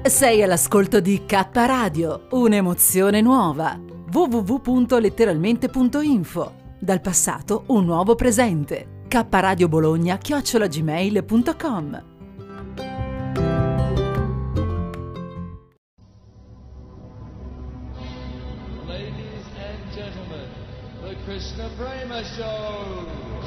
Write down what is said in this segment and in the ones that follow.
Sei all'ascolto di K Radio, un'emozione nuova. www.letteralmente.info. Dal passato un nuovo presente. kradiobologna@gmail.com. Ladies and gentlemen, the Krishna Prema Show.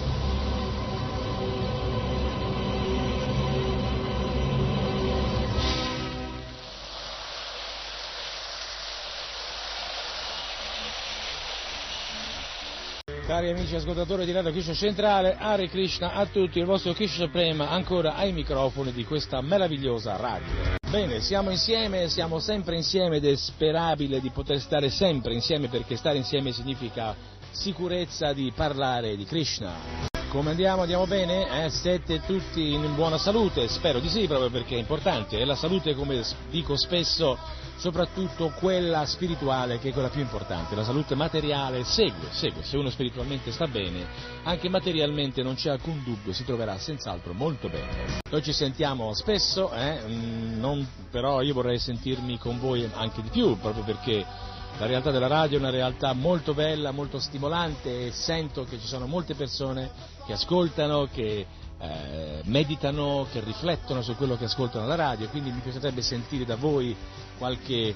Cari amici ascoltatori di Radio Krishna Centrale, Hare Krishna a tutti, il vostro Krishna Prema ancora ai microfoni di questa meravigliosa radio. Bene, siamo insieme, siamo sempre insieme ed è sperabile di poter stare sempre insieme, perché stare insieme significa sicurezza di parlare di Krishna. Come andiamo? Andiamo bene? Siete tutti in buona salute? Spero di sì, proprio perché è importante. E la salute, come dico spesso, soprattutto quella spirituale, che è quella più importante. La salute materiale segue. Se uno spiritualmente sta bene, anche materialmente non c'è alcun dubbio, si troverà senz'altro molto bene. Noi ci sentiamo spesso, però io vorrei sentirmi con voi anche di più, proprio perché la realtà della radio è una realtà molto bella, molto stimolante, e sento che ci sono molte persone che ascoltano, che meditano, che riflettono su quello che ascoltano alla radio, quindi mi piacerebbe sentire da voi qualche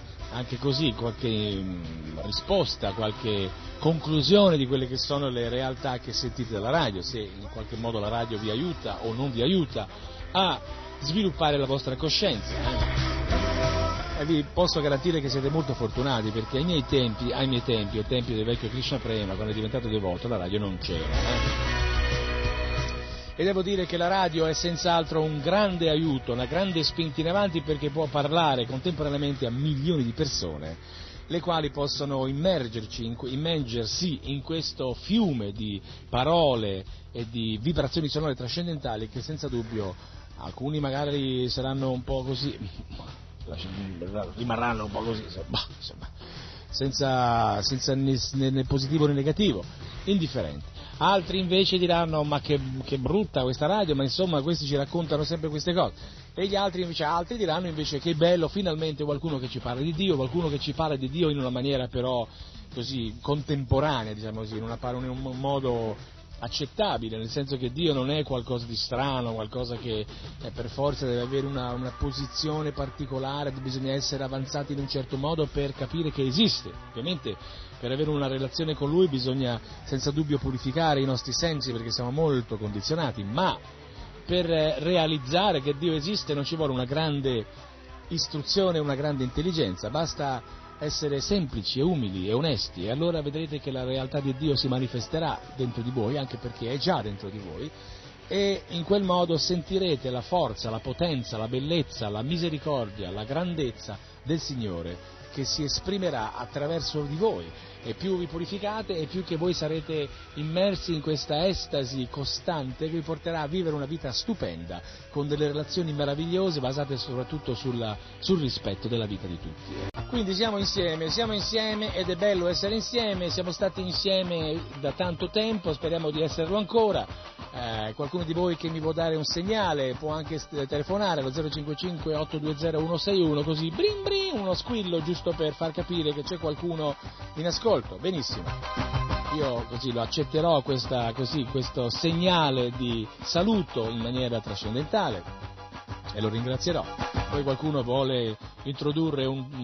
risposta, qualche conclusione di quelle che sono le realtà che sentite dalla radio, se in qualche modo la radio vi aiuta o non vi aiuta a sviluppare la vostra coscienza. E vi posso garantire che siete molto fortunati, perché ai miei tempi, ai tempi del vecchio Krishna Prema, quando è diventato devoto, la radio non c'era. E devo dire che la radio è senz'altro un grande aiuto, una grande spinta in avanti, perché può parlare contemporaneamente a milioni di persone, le quali possono immergersi in questo fiume di parole e di vibrazioni sonore trascendentali, che senza dubbio alcuni magari saranno un po' così, rimarranno un po' così, senza né positivo né negativo, indifferenti. Altri invece diranno: ma che brutta questa radio, ma insomma questi ci raccontano sempre queste cose. E gli altri diranno invece: che bello, finalmente qualcuno che ci parla di Dio, qualcuno che ci parla di Dio in una maniera però così contemporanea, diciamo così, in un modo accettabile, nel senso che Dio non è qualcosa di strano, qualcosa che per forza deve avere una posizione particolare, bisogna essere avanzati in un certo modo per capire che esiste. Ovviamente per avere una relazione con Lui bisogna senza dubbio purificare i nostri sensi, perché siamo molto condizionati, ma per realizzare che Dio esiste non ci vuole una grande istruzione, una grande intelligenza, basta essere semplici e umili e onesti, e allora vedrete che la realtà di Dio si manifesterà dentro di voi, anche perché è già dentro di voi, e in quel modo sentirete la forza, la potenza, la bellezza, la misericordia, la grandezza del Signore che si esprimerà attraverso di voi. E più vi purificate e più che voi sarete immersi in questa estasi costante che vi porterà a vivere una vita stupenda, con delle relazioni meravigliose basate soprattutto sul rispetto della vita di tutti. Quindi siamo insieme ed è bello essere insieme, siamo stati insieme da tanto tempo, speriamo di esserlo ancora. Qualcuno di voi che mi può dare un segnale può anche telefonare allo 055 820 161, così brin brin, uno squillo giusto per far capire che c'è qualcuno in ascolto. Benissimo, io così lo accetterò questo segnale di saluto in maniera trascendentale e lo ringrazierò. Poi qualcuno vuole introdurre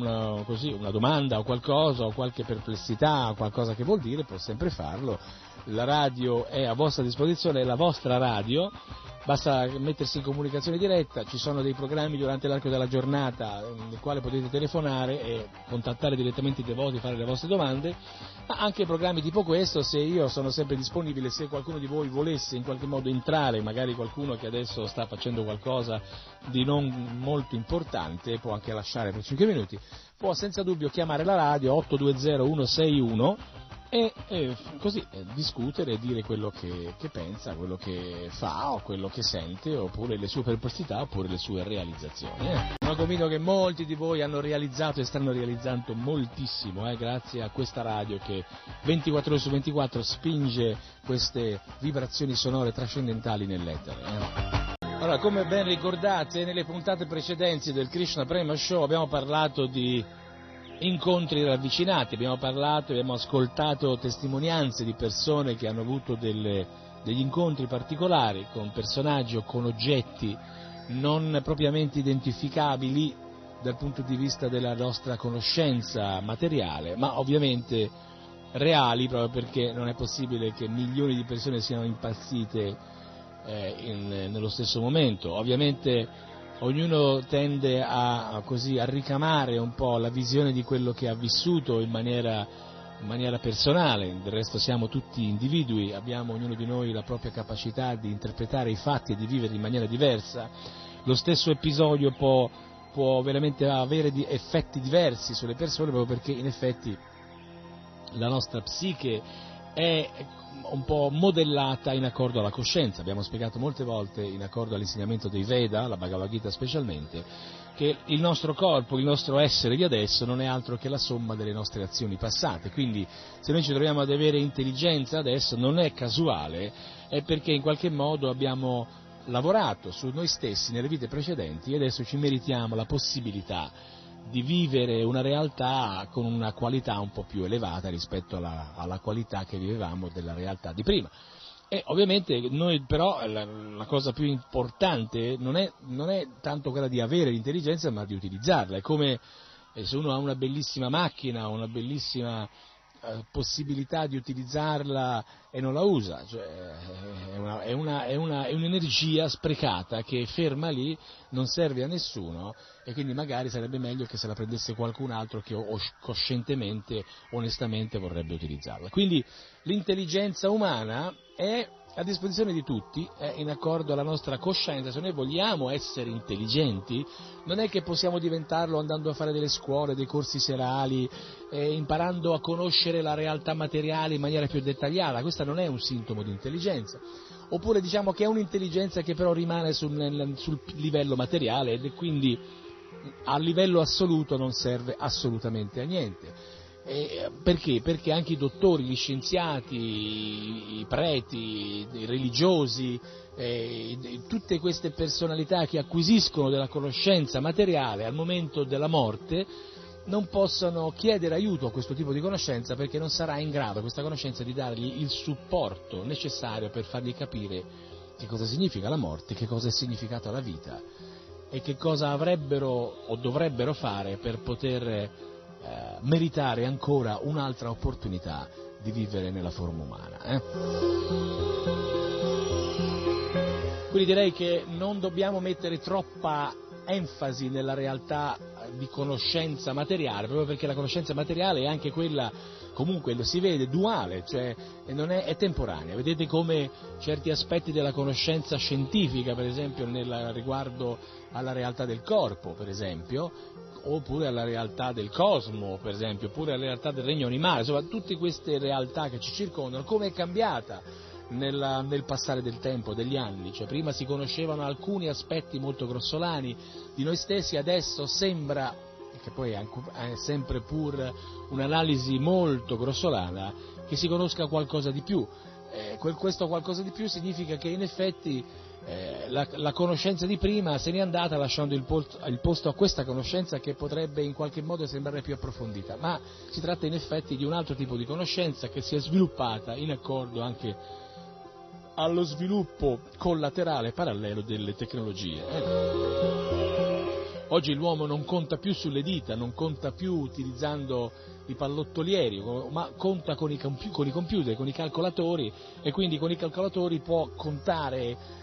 una domanda o qualcosa, o qualche perplessità, qualcosa che vuol dire, può sempre farlo. La radio è a vostra disposizione, è la vostra radio, basta mettersi in comunicazione diretta, ci sono dei programmi durante l'arco della giornata nel quale potete telefonare e contattare direttamente i devoti, fare le vostre domande, ma anche programmi tipo questo, se io sono sempre disponibile, se qualcuno di voi volesse in qualche modo entrare, magari qualcuno che adesso sta facendo qualcosa di non molto importante, può anche lasciare per 5 minuti, può senza dubbio chiamare la radio 820 161 e così discutere e dire quello che pensa, quello che fa o quello che sente, oppure le sue perplessità, oppure le sue realizzazioni. Sono convinto che molti di voi hanno realizzato e stanno realizzando moltissimo grazie a questa radio che 24 ore su 24 spinge queste vibrazioni sonore trascendentali nell'etere. Allora, come ben ricordate, nelle puntate precedenti del Krishna Prema Show abbiamo parlato di incontri ravvicinati, abbiamo ascoltato testimonianze di persone che hanno avuto degli incontri particolari con personaggi o con oggetti non propriamente identificabili dal punto di vista della nostra conoscenza materiale, ma ovviamente reali, proprio perché non è possibile che milioni di persone siano impazzite nello stesso momento. Ovviamente ognuno tende a ricamare un po' la visione di quello che ha vissuto in maniera personale. Del resto siamo tutti individui, abbiamo ognuno di noi la propria capacità di interpretare i fatti e di vivere in maniera diversa. Lo stesso episodio può veramente avere effetti diversi sulle persone, proprio perché in effetti la nostra psiche è un po' modellata in accordo alla coscienza. Abbiamo spiegato molte volte, in accordo all'insegnamento dei Veda, la Bhagavad Gita specialmente, che il nostro corpo, il nostro essere di adesso non è altro che la somma delle nostre azioni passate. Quindi se noi ci troviamo ad avere intelligenza adesso non è casuale, è perché in qualche modo abbiamo lavorato su noi stessi nelle vite precedenti e adesso ci meritiamo la possibilità di vivere una realtà con una qualità un po' più elevata rispetto alla qualità che vivevamo della realtà di prima. E ovviamente noi però la cosa più importante non è tanto quella di avere l'intelligenza, ma di utilizzarla. È come se uno ha una bellissima macchina, una bellissima possibilità di utilizzarla e non la usa, cioè è un'energia sprecata che ferma lì, non serve a nessuno, e quindi magari sarebbe meglio che se la prendesse qualcun altro che coscientemente, onestamente vorrebbe utilizzarla. Quindi l'intelligenza umana è a disposizione di tutti, è in accordo alla nostra coscienza. Se noi vogliamo essere intelligenti, non è che possiamo diventarlo andando a fare delle scuole, dei corsi serali, imparando a conoscere la realtà materiale in maniera più dettagliata. Questa non è un sintomo di intelligenza. Oppure diciamo che è un'intelligenza che però rimane sul livello materiale e quindi a livello assoluto non serve assolutamente a niente. Perché? Perché anche i dottori, gli scienziati, i preti, i religiosi, tutte queste personalità che acquisiscono della conoscenza materiale al momento della morte non possono chiedere aiuto a questo tipo di conoscenza, perché non sarà in grado questa conoscenza di dargli il supporto necessario per fargli capire che cosa significa la morte, che cosa è significato la vita e che cosa avrebbero o dovrebbero fare per poter meritare ancora un'altra opportunità di vivere nella forma umana. Quindi direi che non dobbiamo mettere troppa enfasi nella realtà di conoscenza materiale, proprio perché la conoscenza materiale è anche quella, comunque lo si vede, duale, cioè è temporanea. Vedete come certi aspetti della conoscenza scientifica, per esempio riguardo alla realtà del corpo, per esempio, oppure alla realtà del cosmo, per esempio, oppure alla realtà del regno animale, insomma tutte queste realtà che ci circondano, come è cambiata nel passare del tempo, degli anni. Cioè prima si conoscevano alcuni aspetti molto grossolani di noi stessi, adesso sembra, che poi è sempre pur un'analisi molto grossolana, che si conosca qualcosa di più. Questo qualcosa di più significa che in effetti la conoscenza di prima se n'è andata lasciando il posto a questa conoscenza che potrebbe in qualche modo sembrare più approfondita, ma si tratta in effetti di un altro tipo di conoscenza che si è sviluppata in accordo anche allo sviluppo collaterale parallelo delle tecnologie. Oggi l'uomo non conta più sulle dita, non conta più utilizzando i pallottolieri, ma conta con i computer, con i calcolatori, e quindi con i calcolatori può contare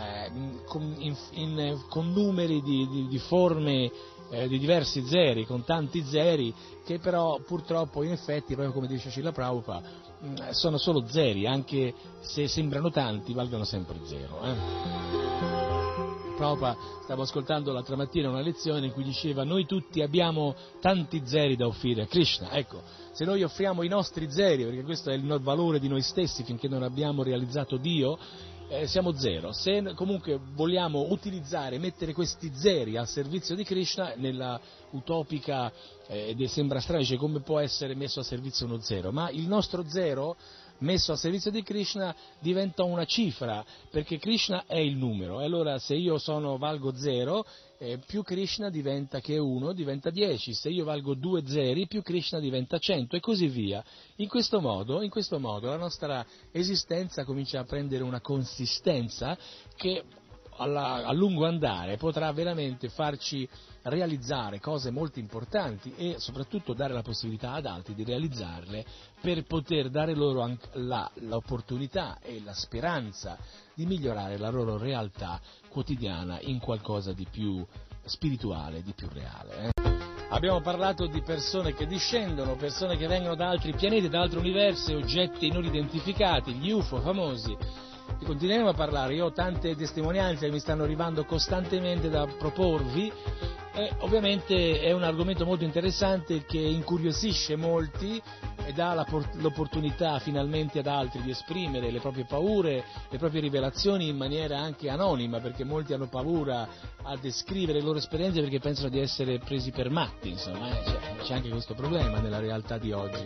con numeri di forme di diversi zeri, con tanti zeri, che però purtroppo in effetti, proprio come dice Srila Prabhupada, sono solo zeri, anche se sembrano tanti, valgono sempre zero. Prabhupada, stavo ascoltando l'altra mattina una lezione in cui diceva: noi tutti abbiamo tanti zeri da offrire a Krishna. Ecco, se noi offriamo i nostri zeri, perché questo è il valore di noi stessi finché non abbiamo realizzato Dio, siamo zero. Se comunque vogliamo utilizzare, mettere questi zeri al servizio di Krishna, nella utopica, ed sembra strano, cioè come può essere messo a servizio uno zero, ma il nostro zero messo a servizio di Krishna diventa una cifra, perché Krishna è il numero, e allora se io valgo 0, più Krishna diventa che 1, diventa 10, se io valgo 2 zeri, più Krishna diventa 100 e così via. In questo modo la nostra esistenza comincia a prendere una consistenza che a lungo andare potrà veramente farci realizzare cose molto importanti e soprattutto dare la possibilità ad altri di realizzarle, per poter dare loro anche l'opportunità e la speranza di migliorare la loro realtà quotidiana in qualcosa di più spirituale, di più reale. Abbiamo parlato di persone che discendono, persone che vengono da altri pianeti, da altri universi, oggetti non identificati, gli UFO famosi. E continueremo a parlare, io ho tante testimonianze che mi stanno arrivando costantemente da proporvi, e ovviamente è un argomento molto interessante che incuriosisce molti e dà l'opportunità finalmente ad altri di esprimere le proprie paure, le proprie rivelazioni in maniera anche anonima, perché molti hanno paura a descrivere le loro esperienze perché pensano di essere presi per matti, insomma, c'è anche questo problema nella realtà di oggi.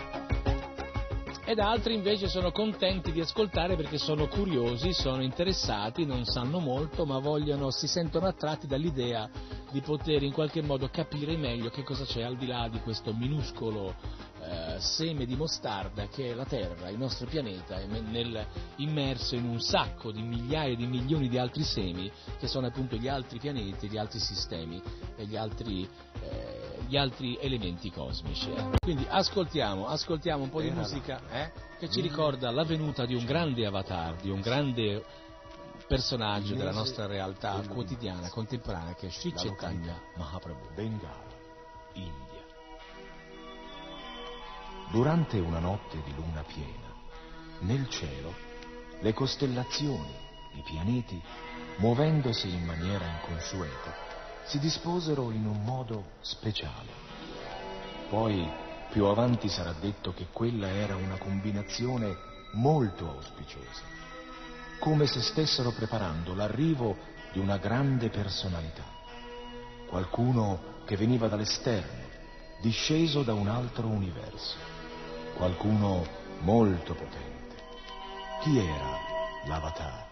Ed altri invece sono contenti di ascoltare perché sono curiosi, sono interessati, non sanno molto, ma si sentono attratti dall'idea di poter in qualche modo capire meglio che cosa c'è al di là di questo minuscolo seme di mostarda che è la Terra, il nostro pianeta, immerso in un sacco di migliaia di milioni di altri semi che sono appunto gli altri pianeti, gli altri sistemi e gli altri elementi cosmici. Quindi ascoltiamo un po' di musica che ci ricorda la venuta di un grande avatar, di un grande personaggio della nostra realtà quotidiana, contemporanea, che è Sri Chaitanya Mahaprabhu. Bengala, India. Durante una notte di luna piena, nel cielo, le costellazioni, i pianeti, muovendosi in maniera inconsueta, si disposero in un modo speciale. Poi, più avanti sarà detto che quella era una combinazione molto auspiciosa, come se stessero preparando l'arrivo di una grande personalità, qualcuno che veniva dall'esterno, disceso da un altro universo, qualcuno molto potente. Chi era l'Avatar?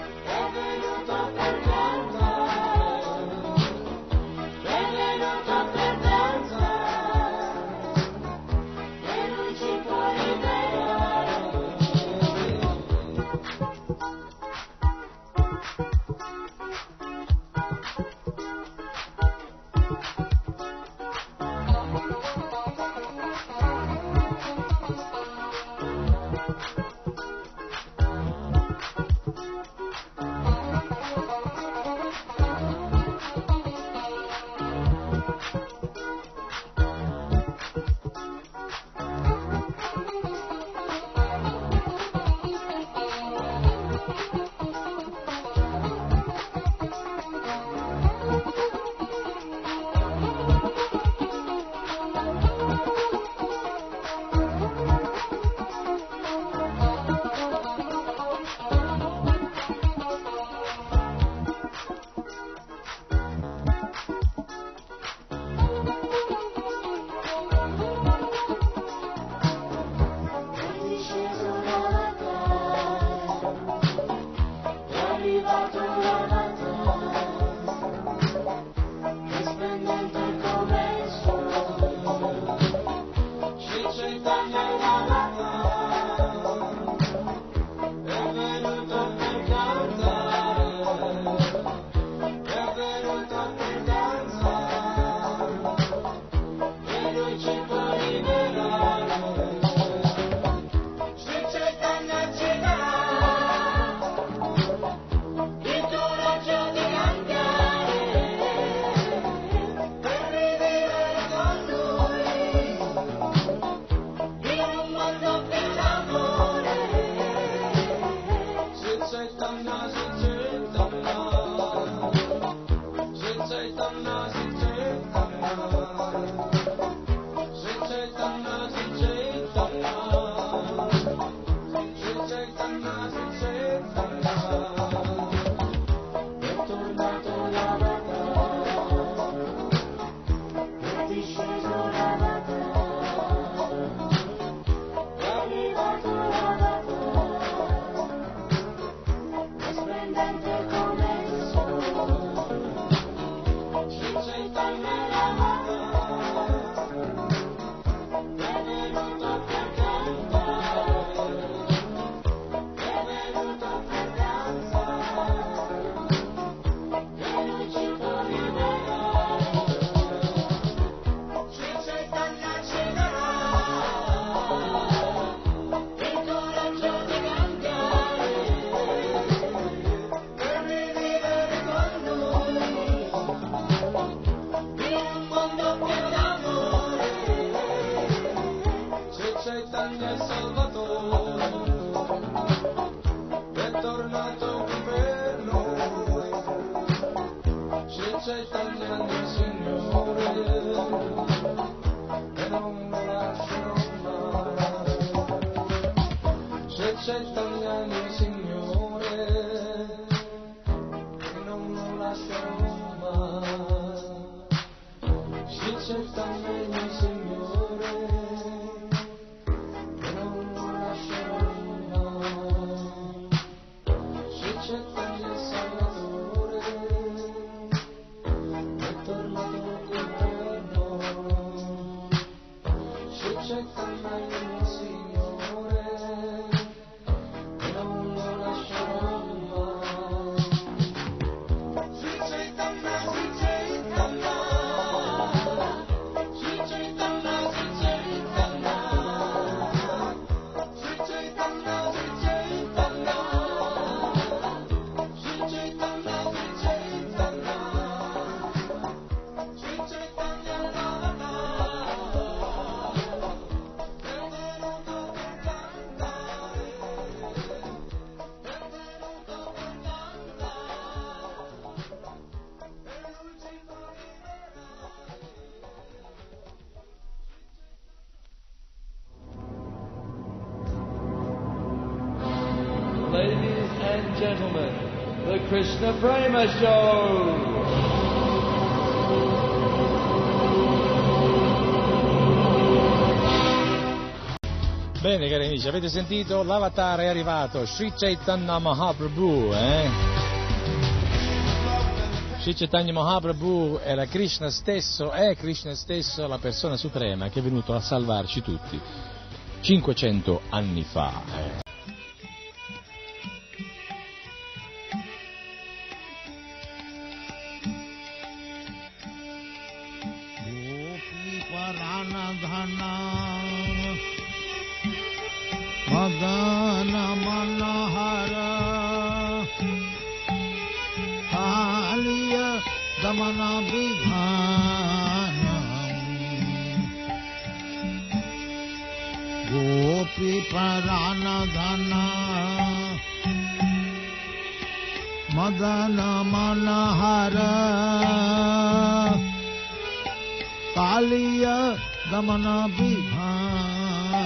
È venuto Ladies and gentlemen, the Krishna Prema Show! Bene cari amici, avete sentito? L'avatar è arrivato, Sri Chaitanya Mahaprabhu, Sri Chaitanya Mahaprabhu era Krishna stesso, è Krishna stesso, la persona suprema che è venuto a salvarci tutti 500 anni fa. Madana Manahara Kaliya Damana Bidhana Gopi Parana Dhana Madana Manahara Kaliya Damana Bidhana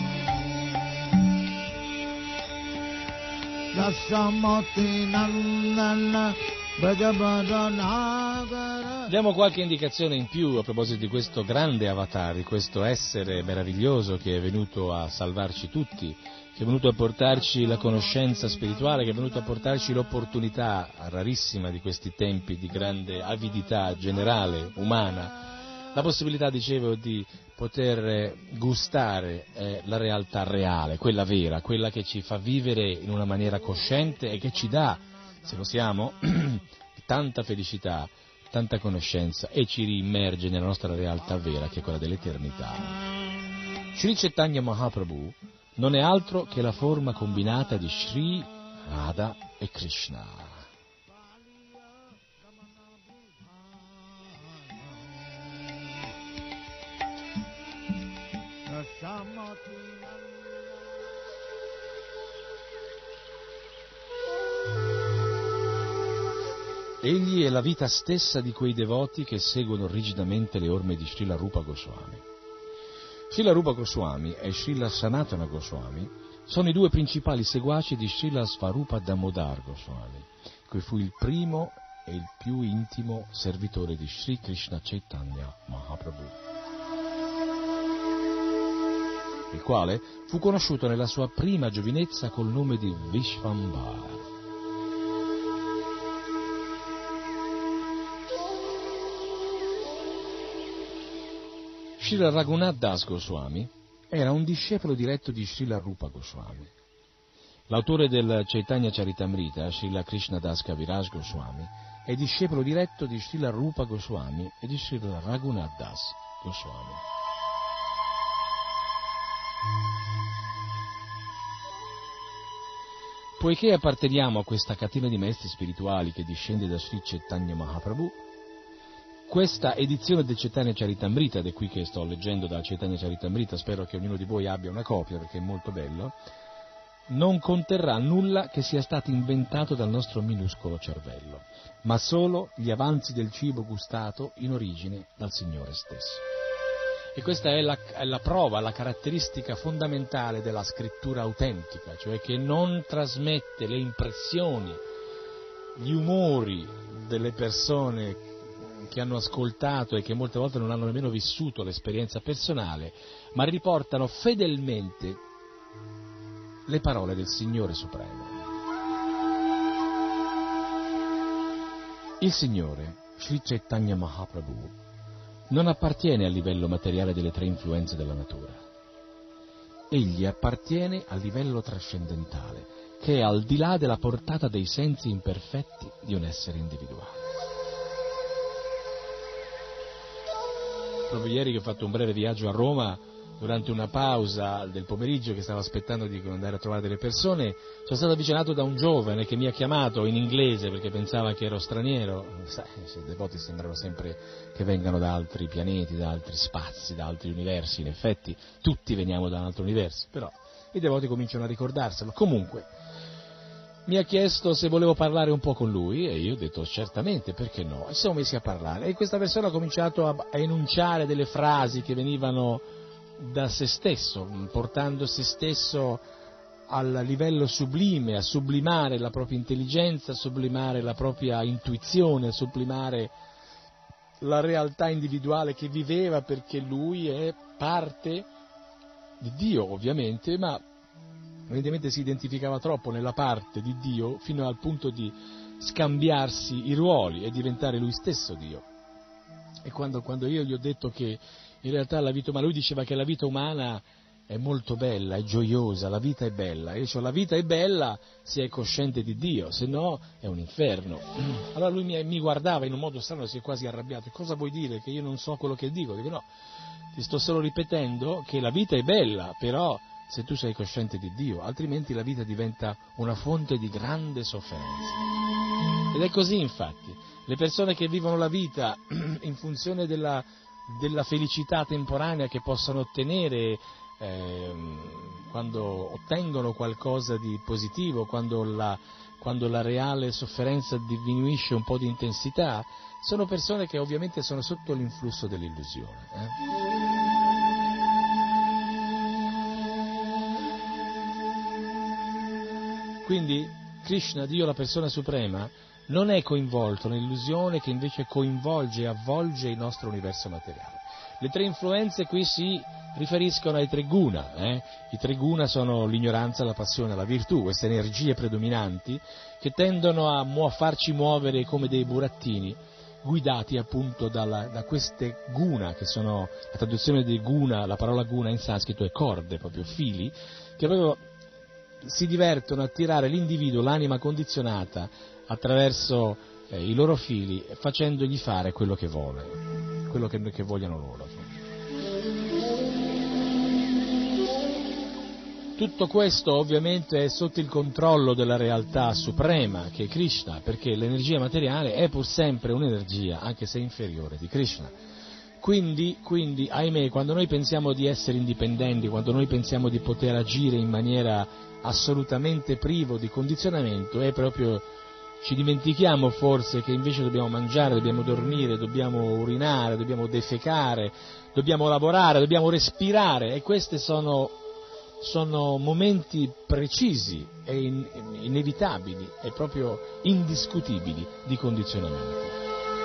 Dasamati Nandana Brajabara Nagara. Diamo qualche indicazione in più a proposito di questo grande avatar, di questo essere meraviglioso che è venuto a salvarci tutti, che è venuto a portarci la conoscenza spirituale, che è venuto a portarci l'opportunità rarissima di questi tempi di grande avidità generale, umana, la possibilità, dicevo, di poter gustare la realtà reale, quella vera, quella che ci fa vivere in una maniera cosciente e che ci dà, se lo siamo, tanta felicità, tanta conoscenza e ci riimmerge nella nostra realtà vera, che è quella dell'eternità. Sri Chaitanya Mahaprabhu non è altro che la forma combinata di Sri, Radha e Krishna. Egli è la vita stessa di quei devoti che seguono rigidamente le orme di Srila Rupa Goswami. Srila Rupa Goswami e Srila Sanatana Goswami sono i due principali seguaci di Srila Svarupa Damodar Goswami, cui fu il primo e il più intimo servitore di Sri Krishna Chaitanya Mahaprabhu, il quale fu conosciuto nella sua prima giovinezza col nome di Vishvambar. Srila Raghunath Das Goswami era un discepolo diretto di Srila Rupa Goswami. L'autore del Chaitanya Charitamrita, Srila Krishna Das Kaviraj Goswami, è discepolo diretto di Srila Rupa Goswami e di Srila Raghunath Das Goswami. Poiché apparteniamo a questa catena di maestri spirituali che discende da Sri Chaitanya Mahaprabhu, questa edizione del Chaitanya Charitamrita, ed è qui che sto leggendo dal Chaitanya Charitamrita, spero che ognuno di voi abbia una copia perché è molto bello, non conterrà nulla che sia stato inventato dal nostro minuscolo cervello, ma solo gli avanzi del cibo gustato in origine dal Signore stesso. E questa è la prova, la caratteristica fondamentale della scrittura autentica, cioè che non trasmette le impressioni, gli umori delle persone che hanno ascoltato e che molte volte non hanno nemmeno vissuto l'esperienza personale, ma riportano fedelmente le parole del Signore Supremo. Il Signore, Sri Chaitanya Mahaprabhu, non appartiene al livello materiale delle tre influenze della natura. Egli appartiene al livello trascendentale, che è al di là della portata dei sensi imperfetti di un essere individuale. Proprio ieri che ho fatto un breve viaggio a Roma, durante una pausa del pomeriggio che stavo aspettando di andare a trovare delle persone, sono stato avvicinato da un giovane che mi ha chiamato in inglese perché pensava che ero straniero. Sai, i devoti sembrano sempre che vengano da altri pianeti, da altri spazi, da altri universi. In effetti tutti veniamo da un altro universo, però i devoti cominciano a ricordarselo. Comunque mi ha chiesto se volevo parlare un po' con lui e io ho detto certamente, perché no? E siamo messi a parlare e questa persona ha cominciato a enunciare delle frasi che venivano da se stesso, portando se stesso al livello sublime, a sublimare la propria intelligenza, a sublimare la propria intuizione, a sublimare la realtà individuale che viveva, perché lui è parte di Dio ovviamente, ma evidentemente si identificava troppo nella parte di Dio fino al punto di scambiarsi i ruoli e diventare lui stesso Dio. E quando io gli ho detto che in realtà la vita umana, lui diceva che la vita umana è molto bella, è gioiosa, la vita è bella. Io dicevo, la vita è bella se è cosciente di Dio, se no è un inferno. Allora lui mi guardava in un modo strano, si è quasi arrabbiato. Cosa vuoi dire? Che io non so quello che dico? Dico no, ti sto solo ripetendo che la vita è bella, però se tu sei cosciente di Dio, altrimenti la vita diventa una fonte di grande sofferenza. Ed è così, infatti, le persone che vivono la vita in funzione della felicità temporanea che possono ottenere quando ottengono qualcosa di positivo, quando la reale sofferenza diminuisce un po' di intensità, sono persone che ovviamente sono sotto l'influsso dell'illusione. Quindi Krishna, Dio, la persona suprema, non è coinvolto nell'illusione che invece coinvolge e avvolge il nostro universo materiale. Le tre influenze qui si riferiscono ai tre guna. I tre guna sono l'ignoranza, la passione e la virtù, queste energie predominanti che tendono a farci muovere come dei burattini, guidati appunto da queste guna, che sono, la traduzione di guna, la parola guna in sanscrito è corde, proprio fili, che proprio si divertono a tirare l'individuo, l'anima condizionata, attraverso i loro fili, facendogli fare quello che vuole, quello che vogliono loro. Tutto questo ovviamente è sotto il controllo della realtà suprema, che è Krishna, perché l'energia materiale è pur sempre un'energia, anche se inferiore, di Krishna. Quindi, ahimè, quando noi pensiamo di essere indipendenti, quando noi pensiamo di poter agire in maniera assolutamente privo di condizionamento, è proprio, ci dimentichiamo forse che invece dobbiamo mangiare, dobbiamo dormire, dobbiamo urinare, dobbiamo defecare, dobbiamo lavorare, dobbiamo respirare, e questi sono momenti precisi e inevitabili e proprio indiscutibili di condizionamento.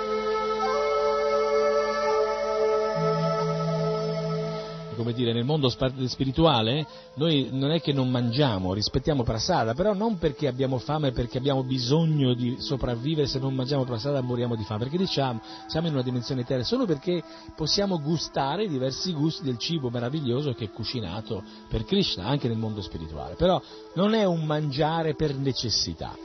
Come dire, nel mondo spirituale noi non è che non mangiamo, rispettiamo prasada, però non perché abbiamo fame, perché abbiamo bisogno di sopravvivere. Se non mangiamo prasada moriamo di fame, perché diciamo siamo in una dimensione eterna, solo perché possiamo gustare i diversi gusti del cibo meraviglioso che è cucinato per Krishna anche nel mondo spirituale. Però non è un mangiare per necessità,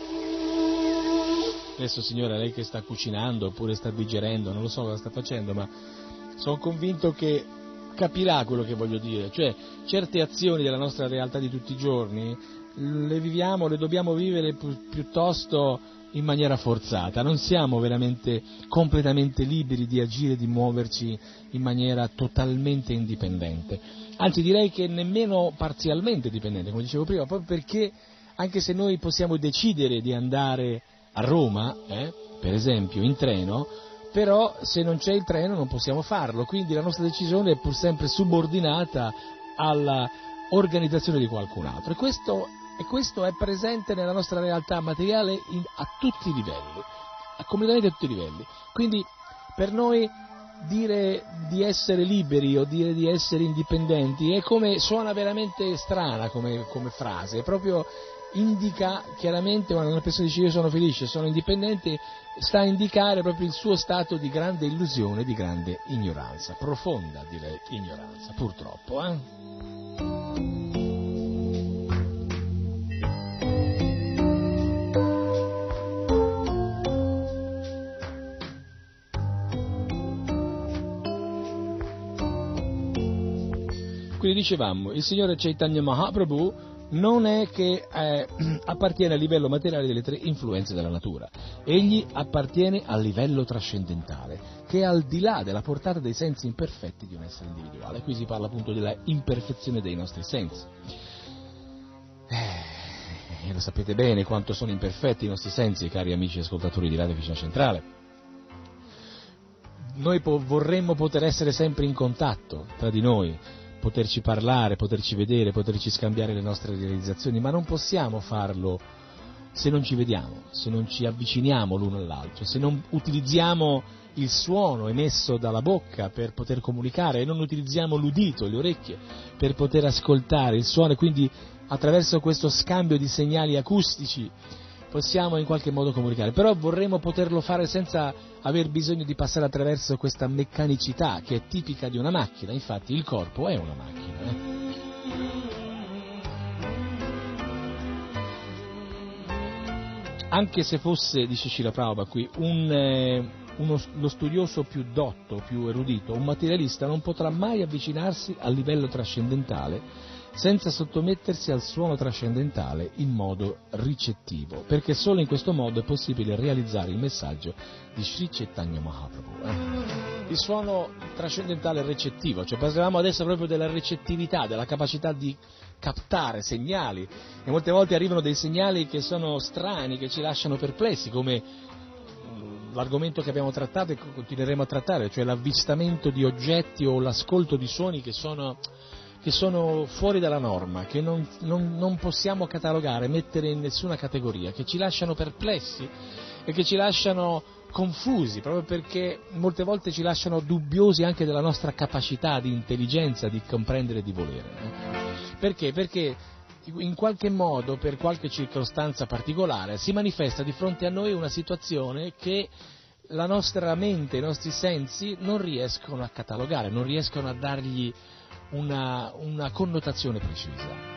Adesso, signora, lei che sta cucinando oppure sta digerendo, non lo so cosa sta facendo, ma sono convinto che capirà quello che voglio dire. Cioè, certe azioni della nostra realtà di tutti i giorni le dobbiamo vivere piuttosto in maniera forzata, non siamo veramente completamente liberi di agire, di muoverci in maniera totalmente indipendente, anzi direi che nemmeno parzialmente dipendente, come dicevo prima, proprio perché anche se noi possiamo decidere di andare a Roma, per esempio in treno, però se non c'è il treno non possiamo farlo, quindi la nostra decisione è pur sempre subordinata all'organizzazione di qualcun altro, e questo è presente nella nostra realtà materiale a tutti i livelli, completamente a tutti i livelli. Quindi per noi dire di essere liberi o dire di essere indipendenti è come, suona veramente strana come frase, è proprio, indica chiaramente, quando una persona dice io sono felice, sono indipendente, sta a indicare proprio il suo stato di grande illusione, di grande ignoranza, profonda direi ignoranza, purtroppo. Quindi dicevamo, il Signore Chaitanya Mahaprabhu non è che appartiene al livello materiale delle tre influenze della natura, egli appartiene al livello trascendentale, che è al di là della portata dei sensi imperfetti di un essere individuale. Qui si parla appunto della imperfezione dei nostri sensi. Lo sapete bene quanto sono imperfetti i nostri sensi, cari amici ascoltatori di Radio Krishna Centrale. Noi vorremmo poter essere sempre in contatto tra di noi, poterci parlare, poterci vedere, poterci scambiare le nostre realizzazioni, ma non possiamo farlo se non ci vediamo, se non ci avviciniamo l'uno all'altro, se non utilizziamo il suono emesso dalla bocca per poter comunicare e non utilizziamo l'udito, le orecchie, per poter ascoltare il suono, e quindi attraverso questo scambio di segnali acustici possiamo in qualche modo comunicare, però vorremmo poterlo fare senza aver bisogno di passare attraverso questa meccanicità che è tipica di una macchina. Infatti il corpo è una macchina. Anche se fosse, dice Srila Prabhupada qui, lo studioso più dotto, più erudito, un materialista non potrà mai avvicinarsi al livello trascendentale senza sottomettersi al suono trascendentale in modo ricettivo, perché solo in questo modo è possibile realizzare il messaggio di Sri Chaitanya Mahaprabhu. Il suono trascendentale recettivo, cioè parlavamo adesso proprio della recettività, della capacità di captare segnali, e molte volte arrivano dei segnali che sono strani, che ci lasciano perplessi, come l'argomento che abbiamo trattato e che continueremo a trattare, cioè l'avvistamento di oggetti o l'ascolto di suoni che sono fuori dalla norma, che non possiamo catalogare, mettere in nessuna categoria, che ci lasciano perplessi e che ci lasciano confusi, proprio perché molte volte ci lasciano dubbiosi anche della nostra capacità di intelligenza, di comprendere e di volere. Perché? Perché in qualche modo, per qualche circostanza particolare, si manifesta di fronte a noi una situazione che la nostra mente, i nostri sensi non riescono a catalogare, non riescono a dargli una connotazione precisa.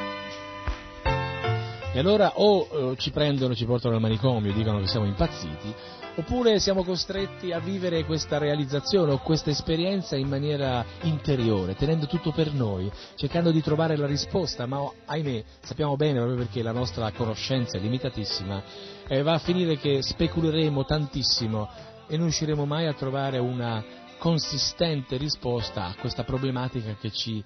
E allora o ci prendono, ci portano al manicomio, dicono che siamo impazziti, oppure siamo costretti a vivere questa realizzazione o questa esperienza in maniera interiore, tenendo tutto per noi, cercando di trovare la risposta, ma ahimè, sappiamo bene, proprio perché la nostra conoscenza è limitatissima, va a finire che speculeremo tantissimo e non riusciremo mai a trovare una consistente risposta a questa problematica che ci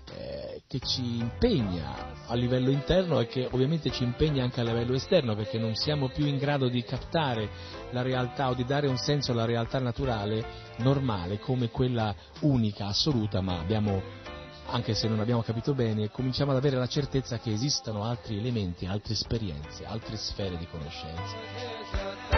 impegna a livello interno e che ovviamente ci impegna anche a livello esterno, perché non siamo più in grado di captare la realtà o di dare un senso alla realtà naturale, normale, come quella unica, assoluta, ma anche se non abbiamo capito bene, cominciamo ad avere la certezza che esistano altri elementi, altre esperienze, altre sfere di conoscenza.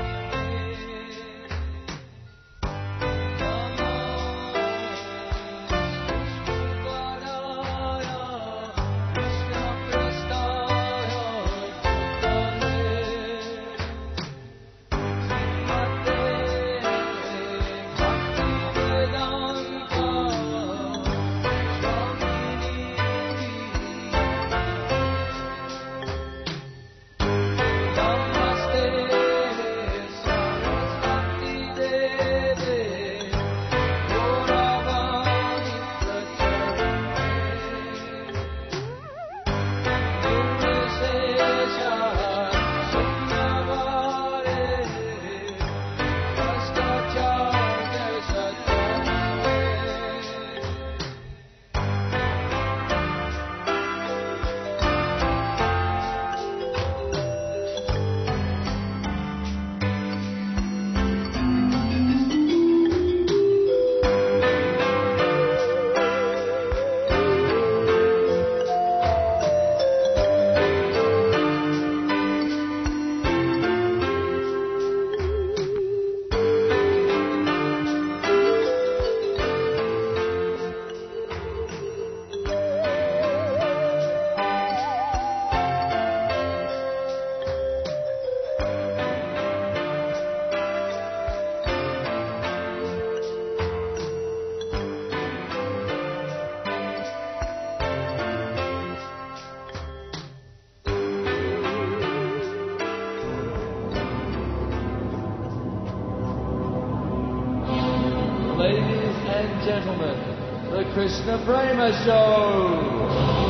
Gentlemen, the Krishna Prema Show!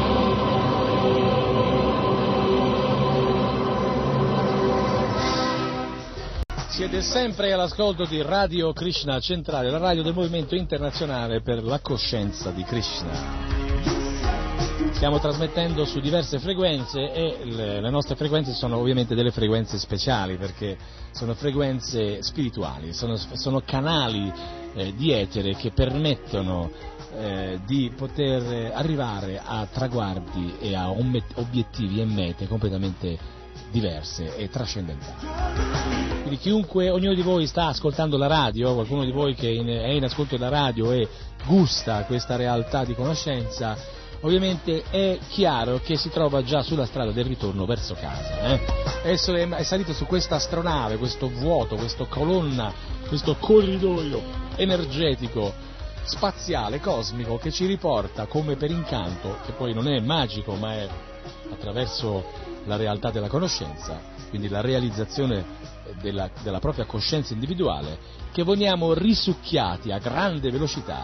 Siete sempre all'ascolto di Radio Krishna Centrale, la radio del Movimento Internazionale per la Coscienza di Krishna. Stiamo trasmettendo su diverse frequenze e le nostre frequenze sono ovviamente delle frequenze speciali, perché sono frequenze spirituali, sono canali di etere che permettono di poter arrivare a traguardi e a obiettivi e mete completamente diverse e trascendentali. Quindi ognuno di voi sta ascoltando la radio, qualcuno di voi che è in ascolto della radio e gusta questa realtà di conoscenza, ovviamente è chiaro che si trova già sulla strada del ritorno verso casa. Adesso è salito su questa astronave, questo vuoto, questa colonna, questo corridoio energetico, spaziale, cosmico, che ci riporta come per incanto, che poi non è magico ma è attraverso la realtà della conoscenza, quindi la realizzazione della propria coscienza individuale, che veniamo risucchiati a grande velocità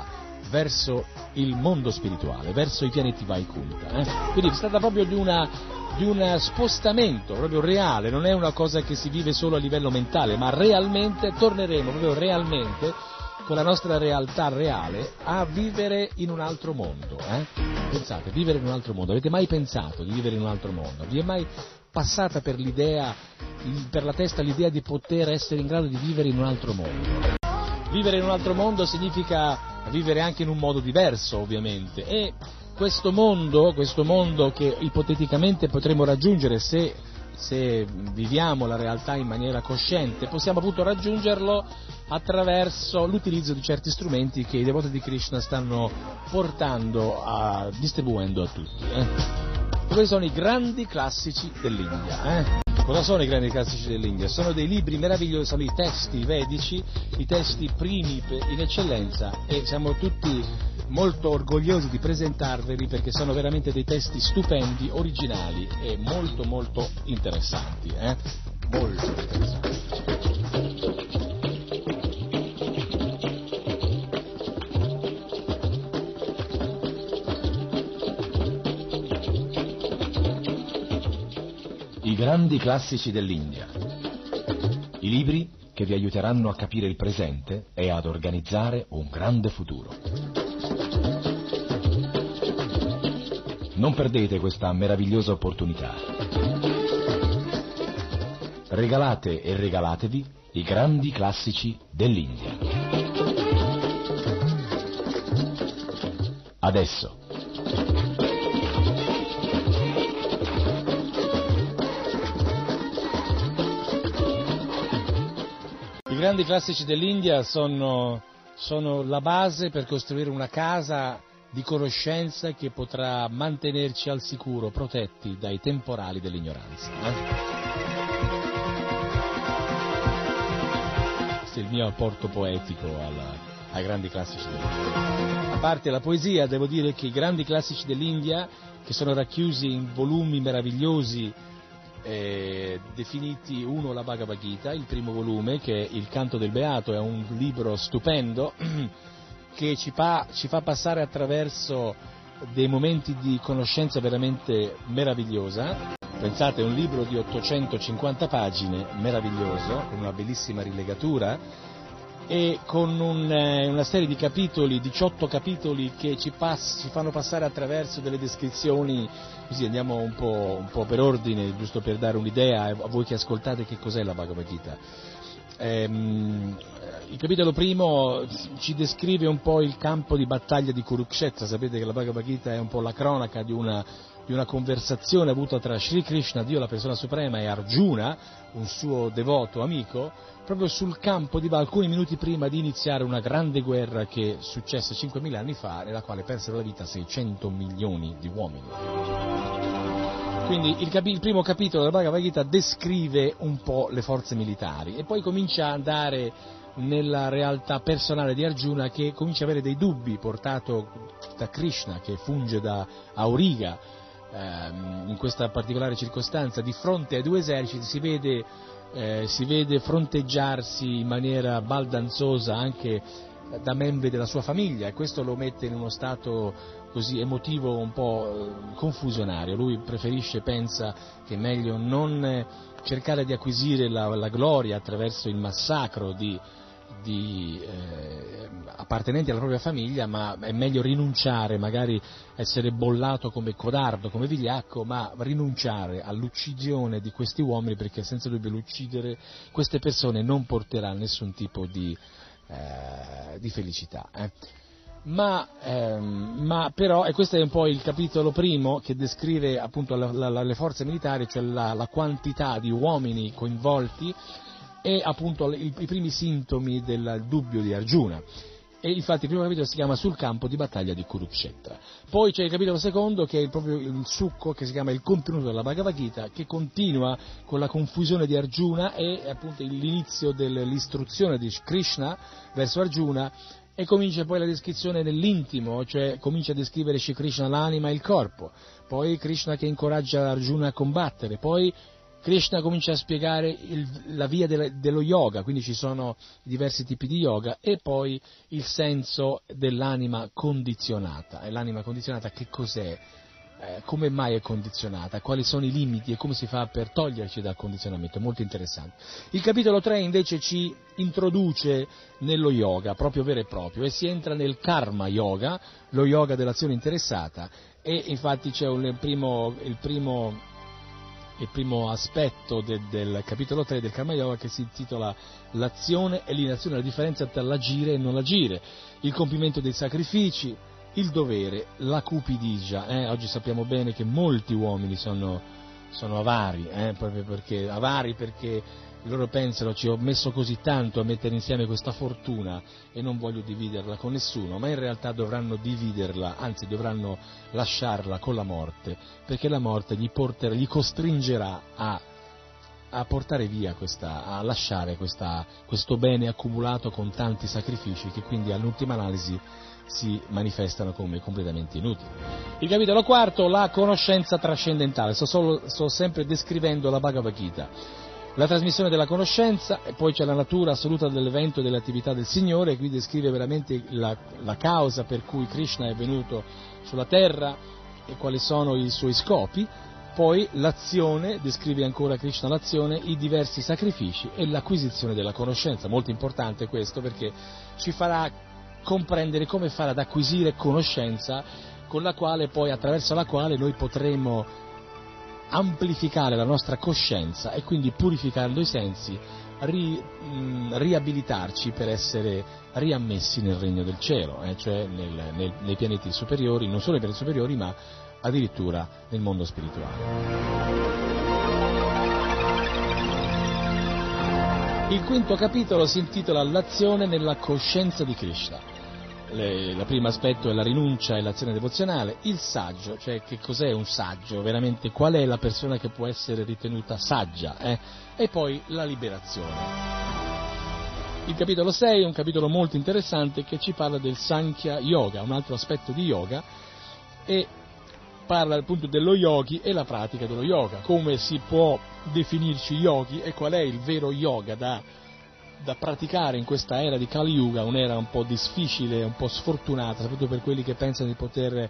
verso il mondo spirituale, verso i pianeti Vaikunta. Quindi si tratta proprio di un spostamento proprio reale, non è una cosa che si vive solo a livello mentale, ma realmente torneremo proprio realmente con la nostra realtà reale a vivere in un altro mondo. Pensate, vivere in un altro mondo. Avete mai pensato di vivere in un altro mondo? Vi è mai passata per la testa l'idea di poter essere in grado di vivere in un altro mondo? Vivere in un altro mondo significa vivere anche in un modo diverso, ovviamente, e questo mondo che ipoteticamente potremo raggiungere se viviamo la realtà in maniera cosciente, possiamo appunto raggiungerlo attraverso l'utilizzo di certi strumenti che i devoti di Krishna stanno distribuendo a tutti. Questi sono i grandi classici dell'India. Cosa sono i grandi classici dell'India? Sono dei libri meravigliosi, sono i testi vedici, i testi primi in eccellenza, e siamo tutti molto orgogliosi di presentarveli perché sono veramente dei testi stupendi, originali e molto molto interessanti. Molto interessanti. I grandi classici dell'India. I libri che vi aiuteranno a capire il presente e ad organizzare un grande futuro. Non perdete questa meravigliosa opportunità. Regalate e regalatevi i grandi classici dell'India. Adesso. I grandi classici dell'India sono la base per costruire una casa di conoscenza che potrà mantenerci al sicuro, protetti dai temporali dell'ignoranza. Questo è il mio apporto poetico ai grandi classici dell'India. A parte la poesia, devo dire che i grandi classici dell'India, che sono racchiusi in volumi meravigliosi, definiti uno la Bhagavad Gita, il primo volume, che è il Canto del Beato, è un libro stupendo che ci fa passare attraverso dei momenti di conoscenza veramente meravigliosa. Pensate, è un libro di 850 pagine, meraviglioso, con una bellissima rilegatura e con una serie di capitoli, 18 capitoli che ci fanno passare attraverso delle descrizioni. Così andiamo un po' per ordine, giusto per dare un'idea a voi che ascoltate che cos'è la Bhagavad Gita. Il capitolo primo ci descrive un po' il campo di battaglia di Kurukshetra. Sapete che la Bhagavad Gita è un po' la cronaca di una conversazione avuta tra Sri Krishna, Dio la persona suprema, e Arjuna, un suo devoto amico, proprio sul campo di alcuni minuti prima di iniziare una grande guerra che successe 5.000 anni fa, nella quale persero la vita 600 milioni di uomini. Quindi il primo capitolo della Bhagavad Gita descrive un po' le forze militari e poi comincia a andare nella realtà personale di Arjuna, che comincia ad avere dei dubbi, portato da Krishna, che funge da auriga in questa particolare circostanza. Di fronte ai due eserciti si vede fronteggiarsi in maniera baldanzosa anche da membri della sua famiglia, e questo lo mette in uno stato così emotivo un po' confusionario. Lui pensa che è meglio non cercare di acquisire la gloria attraverso il massacro di appartenenti alla propria famiglia, ma è meglio rinunciare, magari essere bollato come codardo, come vigliacco, ma rinunciare all'uccisione di questi uomini, perché senza dubbio l'uccidere queste persone non porterà nessun tipo di felicità. Ma però, e questo è un po' il capitolo primo che descrive appunto le forze militari, cioè la quantità di uomini coinvolti e appunto i primi sintomi del dubbio di Arjuna. E infatti il primo capitolo si chiama Sul campo di battaglia di Kurukshetra. Poi c'è il capitolo secondo, che è proprio il succo, che si chiama il contenuto della Bhagavad Gita, che continua con la confusione di Arjuna e appunto l'inizio dell'istruzione di Krishna verso Arjuna, e comincia poi la descrizione nell'intimo, cioè comincia a descrivere Shri Krishna l'anima e il corpo, poi Krishna che incoraggia Arjuna a combattere, poi Krishna comincia a spiegare la via dello yoga, quindi ci sono diversi tipi di yoga, e poi il senso dell'anima condizionata. E l'anima condizionata che cos'è? Come mai è condizionata? Quali sono i limiti e come si fa per toglierci dal condizionamento? Molto interessante. Il capitolo 3 invece ci introduce nello yoga, proprio vero e proprio, e si entra nel karma yoga, lo yoga dell'azione interessata, e infatti c'è il primo aspetto del capitolo 3 del Karma Yoga, che si intitola l'azione e l'inazione, la differenza tra l'agire e non agire, il compimento dei sacrifici, il dovere, la cupidigia. Oggi sappiamo bene che molti uomini sono avari, proprio perché loro pensano: ci ho messo così tanto a mettere insieme questa fortuna e non voglio dividerla con nessuno, ma in realtà dovranno dividerla, anzi dovranno lasciarla con la morte, perché la morte gli costringerà a portare via a lasciare questo bene accumulato con tanti sacrifici, che quindi all'ultima analisi si manifestano come completamente inutili. Il capitolo 4, la conoscenza trascendentale. Sto sempre descrivendo la Bhagavad Gita. La trasmissione della conoscenza, e poi c'è la natura assoluta dell'evento e dell'attività del Signore, e qui descrive veramente la causa per cui Krishna è venuto sulla terra e quali sono i suoi scopi. Poi l'azione, descrive ancora Krishna l'azione, i diversi sacrifici e l'acquisizione della conoscenza. Molto importante questo, perché ci farà comprendere come fare ad acquisire conoscenza, con la quale poi, attraverso la quale noi potremo amplificare la nostra coscienza e quindi, purificando i sensi, riabilitarci per essere riammessi nel regno del cielo, cioè nei pianeti superiori, non solo nei pianeti superiori, ma addirittura nel mondo spirituale. Il quinto capitolo si intitola l'azione nella coscienza di Krishna. Il primo aspetto è la rinuncia e l'azione devozionale, il saggio, cioè che cos'è un saggio, veramente qual è la persona che può essere ritenuta saggia, e poi la liberazione. Il capitolo 6 è un capitolo molto interessante che ci parla del Sankhya Yoga, un altro aspetto di yoga, e parla appunto dello yogi e la pratica dello yoga, come si può definirci yogi e qual è il vero yoga da praticare in questa era di Kali Yuga, un'era un po' difficile, un po' sfortunata, soprattutto per quelli che pensano di poter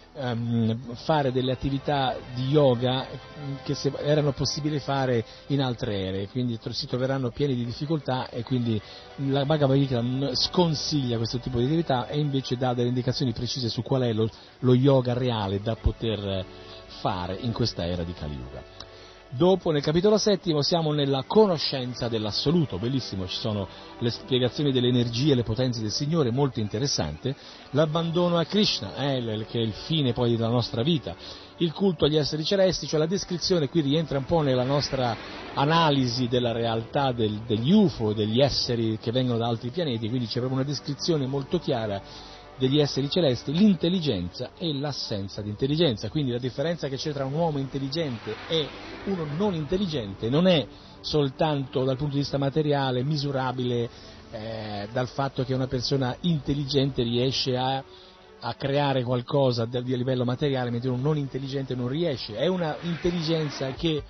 fare delle attività di yoga che erano possibili fare in altre ere, quindi si troveranno pieni di difficoltà, e quindi la Bhagavad Gita sconsiglia questo tipo di attività e invece dà delle indicazioni precise su qual è lo yoga reale da poter fare in questa era di Kali Yuga. Dopo, nel capitolo 7, siamo nella conoscenza dell'assoluto, bellissimo, ci sono le spiegazioni delle energie e le potenze del Signore, molto interessante, l'abbandono a Krishna, che è il fine poi della nostra vita, il culto agli esseri celesti, cioè la descrizione, qui rientra un po' nella nostra analisi della realtà degli UFO, degli esseri che vengono da altri pianeti, quindi c'è proprio una descrizione molto chiara degli esseri celesti, l'intelligenza e l'assenza di intelligenza. Quindi la differenza che c'è tra un uomo intelligente e uno non intelligente non è soltanto dal punto di vista materiale misurabile dal fatto che una persona intelligente riesce a creare qualcosa a livello materiale, mentre uno non intelligente non riesce. È una intelligenza che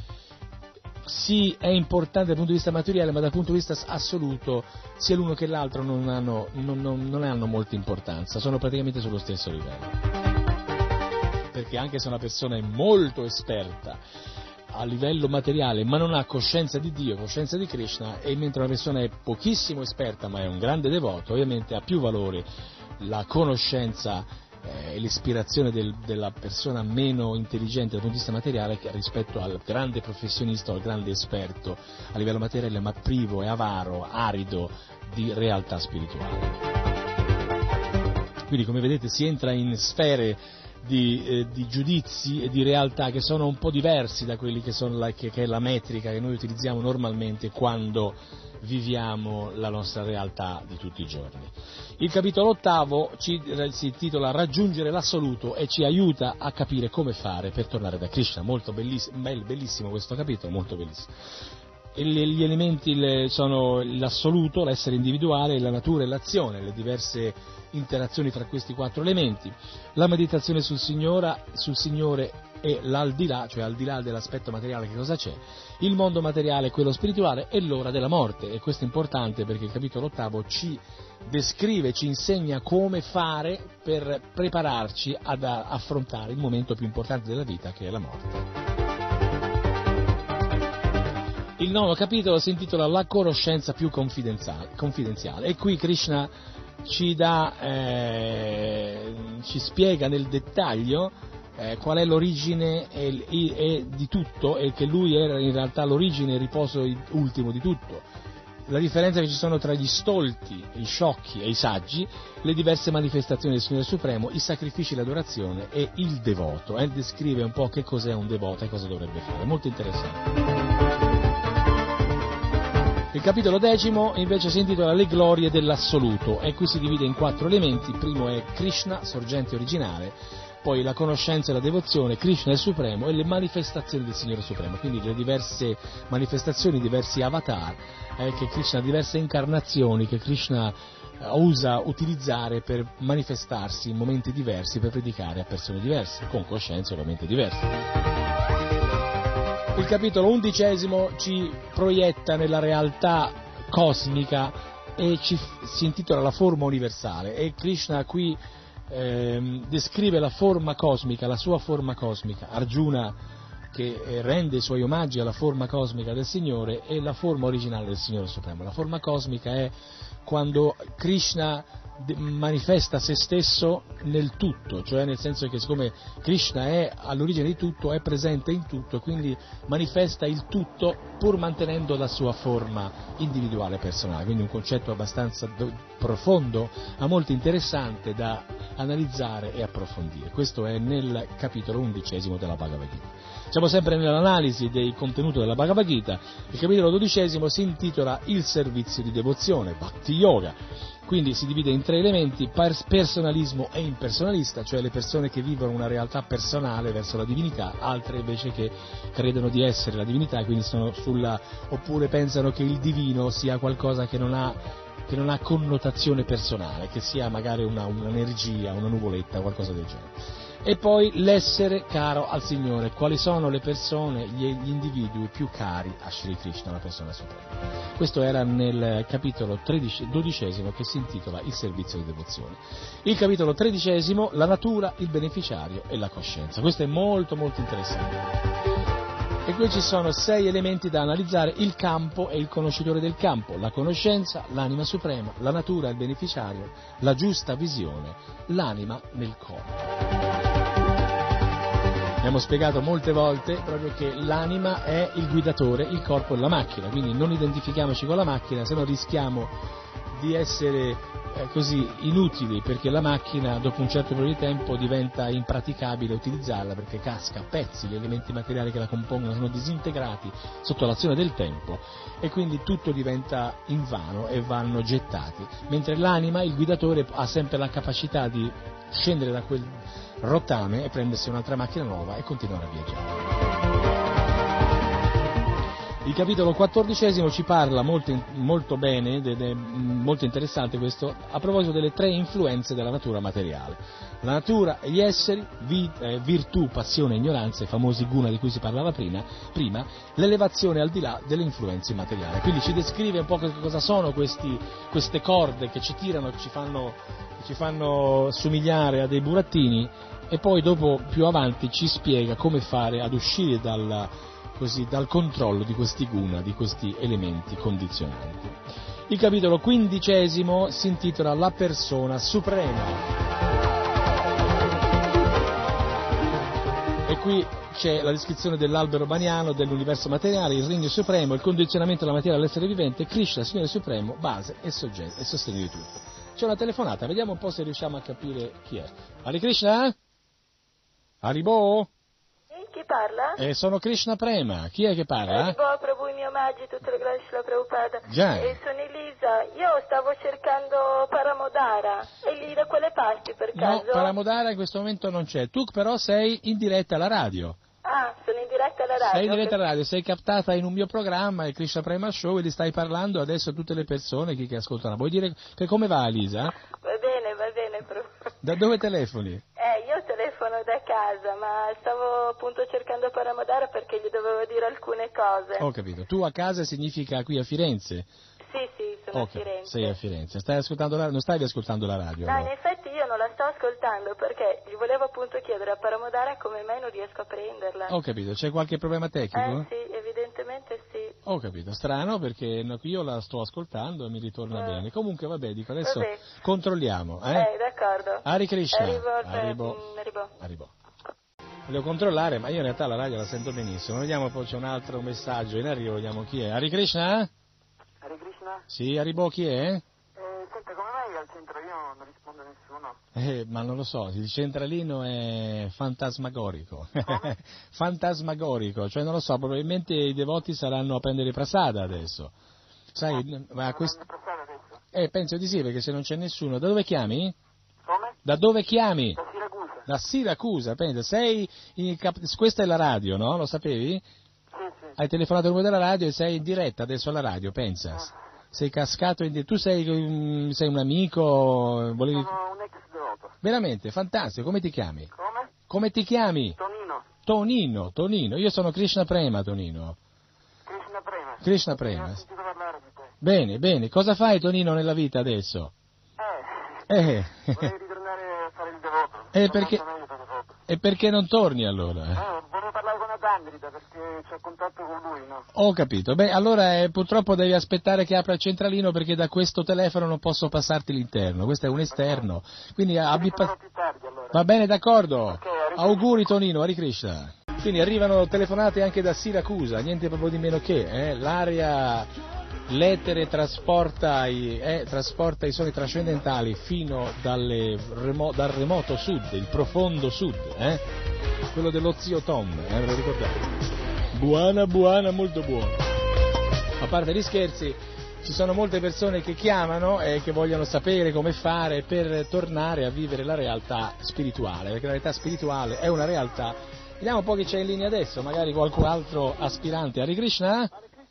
sì, è importante dal punto di vista materiale, ma dal punto di vista assoluto sia l'uno che l'altro non hanno molta importanza, sono praticamente sullo stesso livello. Perché anche se una persona è molto esperta a livello materiale ma non ha coscienza di Dio, coscienza di Krishna, e mentre una persona è pochissimo esperta ma è un grande devoto, ovviamente ha più valore la conoscenza e l'ispirazione della persona meno intelligente dal punto di vista materiale rispetto al grande professionista o al grande esperto a livello materiale ma privo e avaro, arido di realtà spirituale. Quindi, come vedete, si entra in sfere di giudizi e di realtà che sono un po' diversi da quelli che è la metrica che noi utilizziamo normalmente quando viviamo la nostra realtà di tutti i giorni. Il capitolo 8 si intitola Raggiungere l'assoluto e ci aiuta a capire come fare per tornare da Krishna. Molto bellissimo questo capitolo, molto bellissimo. Gli elementi sono l'assoluto, l'essere individuale, la natura e l'azione, le diverse interazioni fra questi 4 elementi. La meditazione sul Signore e l'aldilà, cioè al di là dell'aspetto materiale che cosa c'è, il mondo materiale e quello spirituale e l'ora della morte. E questo è importante perché il capitolo 8 ci descrive, ci insegna come fare per prepararci ad affrontare il momento più importante della vita, che è la morte. Il 9 capitolo si intitola La conoscenza più confidenziale e qui Krishna ci spiega nel dettaglio qual è l'origine di tutto e che lui era in realtà l'origine e il riposo ultimo di tutto. La differenza che ci sono tra gli stolti, i sciocchi e i saggi, le diverse manifestazioni del Signore Supremo, i sacrifici, l'adorazione e il devoto. E descrive un po' che cos'è un devoto e cosa dovrebbe fare. Molto interessante. Il capitolo 10 invece si intitola Le glorie dell'assoluto e qui si divide in 4 elementi. Il primo è Krishna, sorgente originale, poi la conoscenza e la devozione, Krishna il Supremo e le manifestazioni del Signore Supremo, quindi le diverse manifestazioni, diversi avatar, che Krishna, diverse incarnazioni che Krishna usa utilizzare per manifestarsi in momenti diversi, per predicare a persone diverse, con coscienze ovviamente diverse. Il capitolo 11 ci proietta nella realtà cosmica e si intitola La forma universale e Krishna qui descrive la forma cosmica, la sua forma cosmica, Arjuna che rende i suoi omaggi alla forma cosmica del Signore e la forma originale del Signore Supremo. La forma cosmica è quando Krishna manifesta se stesso nel tutto, cioè nel senso che siccome Krishna è all'origine di tutto, è presente in tutto e quindi manifesta il tutto pur mantenendo la sua forma individuale personale, quindi un concetto abbastanza profondo ma molto interessante da analizzare e approfondire. Questo è nel capitolo 11 della Bhagavad Gita. Siamo sempre nell'analisi dei contenuti della Bhagavad Gita. Il capitolo 12 si intitola Il servizio di devozione, Bhakti Yoga. Quindi si divide in 3 elementi, personalismo e impersonalista, cioè le persone che vivono una realtà personale verso la divinità, altre invece che credono di essere la divinità e quindi sono oppure pensano che il divino sia qualcosa che non ha connotazione personale, che sia magari un'energia, una nuvoletta, qualcosa del genere. E poi l'essere caro al Signore, quali sono le persone, gli individui più cari a Sri Krishna, la persona suprema. Questo era nel capitolo 12 che si intitola Il servizio di devozione. Il capitolo 13 la natura, il beneficiario e la coscienza. Questo è molto molto interessante. E qui ci sono 6 elementi da analizzare: il campo e il conoscitore del campo, la conoscenza, l'anima suprema, la natura, il beneficiario, la giusta visione, l'anima nel corpo. Abbiamo spiegato molte volte proprio che l'anima è il guidatore, il corpo è la macchina, quindi non identifichiamoci con la macchina, se no rischiamo di essere così inutili, perché la macchina dopo un certo periodo di tempo diventa impraticabile utilizzarla perché casca a pezzi, gli elementi materiali che la compongono sono disintegrati sotto l'azione del tempo e quindi tutto diventa invano e vanno gettati, mentre l'anima, il guidatore, ha sempre la capacità di scendere da quel rottame e prendersi un'altra macchina nuova e continuare a viaggiare. Il capitolo 14 ci parla molto bene, ed è molto interessante questo, a proposito delle 3 influenze della natura materiale. La natura, gli esseri, virtù, passione e ignoranza, i famosi guna di cui si parlava prima, l'elevazione al di là delle influenze materiali. Quindi ci descrive un po' cosa sono queste corde che ci tirano, ci fanno somigliare a dei burattini e poi dopo più avanti ci spiega come fare ad uscire dal controllo di questi guna, di questi elementi condizionanti. Il capitolo 15 si intitola La persona suprema. E qui c'è la descrizione dell'albero baniano, dell'universo materiale, il regno supremo, il condizionamento della materia all'essere vivente, Krishna, Signore Supremo, base e soggetto e sostegno di tutto. C'è una telefonata, vediamo un po' se riusciamo a capire chi è. Hare Krishna? Haribo? Chi parla? Sono Krishna Prema. Chi è che parla? Prabhu, i miei omaggi, tutte le grazie alla Prabhupada. Già. Sono Elisa. Io stavo cercando Paramodara. È lì da quelle parti per caso? No, Paramodara in questo momento non c'è. Tu però sei in diretta alla radio. Ah, sono in diretta alla radio. Sei in diretta alla radio, sei captata in un mio programma, il Krishna Prema Show, e li stai parlando adesso a tutte le persone che ascoltano. Vuoi dire che come va, Elisa? Va bene, però. Da dove telefoni? Io telefono da casa, ma stavo appunto cercando Paramodara perché gli dovevo dire alcune cose. Ho capito. Tu a casa significa qui a Firenze? Sì, sono a Firenze. Sei a Firenze. Non stavi ascoltando la radio? No, allora. in effetti io non la sto ascoltando perché gli volevo appunto chiedere a Paramodara come mai non riesco a prenderla. Ho capito. C'è qualche problema tecnico? Sì, evidentemente sì. Ho capito. Strano perché io la sto ascoltando e mi ritorna bene. Comunque vabbè, dico adesso controlliamo. D'accordo. Hare Krishna. Arrivo. Volevo controllare, ma io in realtà la radio la sento benissimo. Vediamo, poi c'è un altro messaggio in arrivo, vediamo chi è. Hare Krishna? Hare Krishna? Sì, Haribo, chi è? Senta, come mai al centralino non risponde nessuno? Ma non lo so, il centralino è fantasmagorico. Fantasmagorico, cioè non lo so, probabilmente i devoti saranno a prendere prasada adesso. Sai, ma questo... penso di sì, perché se non c'è nessuno... Da dove chiami? Come? Da dove chiami? Da Siracusa. Da Siracusa, pensa, questa è la radio, no? Lo sapevi? Sì. Hai telefonato il numero della radio e sei in diretta adesso alla radio, pensa. Sei cascato in diretta. Tu sei un amico? Volevi... Sono un ex devoto. Veramente, fantastico. Come ti chiami? Come? Come ti chiami? Tonino. Io sono Krishna Prema, Tonino. Krishna Prema. Ho sentito parlare di te. Bene. Cosa fai, Tonino, nella vita adesso? Vorrei ritornare a fare il devoto. E perché non torni allora? Vorrei parlare con Adandrita perché c'ho contatto con lui, no? Ho capito. Beh, allora purtroppo devi aspettare che apra il centralino perché da questo telefono non posso passarti l'interno. Questo è un esterno. Quindi più tardi, allora. Va bene, d'accordo. Auguri, Tonino, Hare Krishna. Quindi arrivano telefonate anche da Siracusa, niente proprio di meno che, l'area... L'etere trasporta i suoni trascendentali fino dal remoto sud, il profondo sud, quello dello zio Tom, ve lo ricordate? Buona, molto buona. A parte gli scherzi, ci sono molte persone che chiamano e che vogliono sapere come fare per tornare a vivere la realtà spirituale, perché la realtà spirituale è una realtà. Vediamo un po' chi c'è in linea adesso, magari qualcun altro aspirante. Hare Krishna?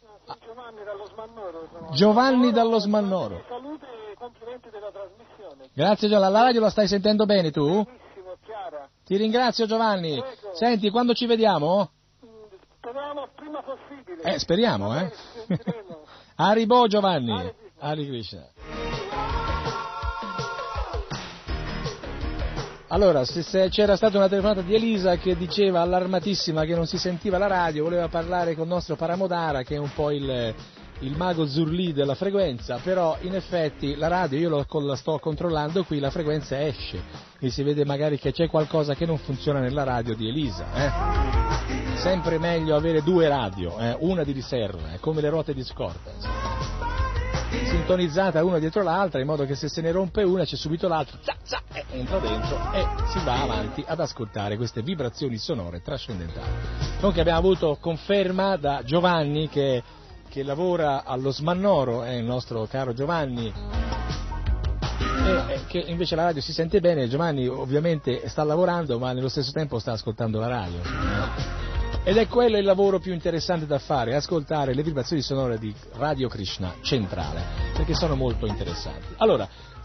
Giovanni dallo Smannoro. Saluti e complimenti della trasmissione. Grazie Giovanni, la radio la stai sentendo bene tu? Benissimo, chiara. Ti ringrazio Giovanni. Prego. Senti, quando ci vediamo? Speriamo prima possibile. Speriamo, Haribo Giovanni. Hare Krishna. Allora, se c'era stata una telefonata di Elisa che diceva allarmatissima che non si sentiva la radio, voleva parlare con il nostro Paramodara, che è un po' il mago Zurli della frequenza, però in effetti la radio, io la sto controllando qui, la frequenza esce, e si vede magari che c'è qualcosa che non funziona nella radio di Elisa. Sempre meglio avere due radio, una di riserva, come le ruote di scorta. Sintonizzata una dietro l'altra, in modo che se se ne rompe una c'è subito l'altra, entra dentro e si va avanti ad ascoltare queste vibrazioni sonore trascendentali. Comunque abbiamo avuto conferma da Giovanni che lavora allo Smannoro, è il nostro caro Giovanni, e che invece la radio si sente bene. Giovanni ovviamente sta lavorando, ma nello stesso tempo sta ascoltando la radio. Ed è quello il lavoro più interessante da fare, ascoltare le vibrazioni sonore di Radio Krishna centrale, perché sono molto interessanti. Allora,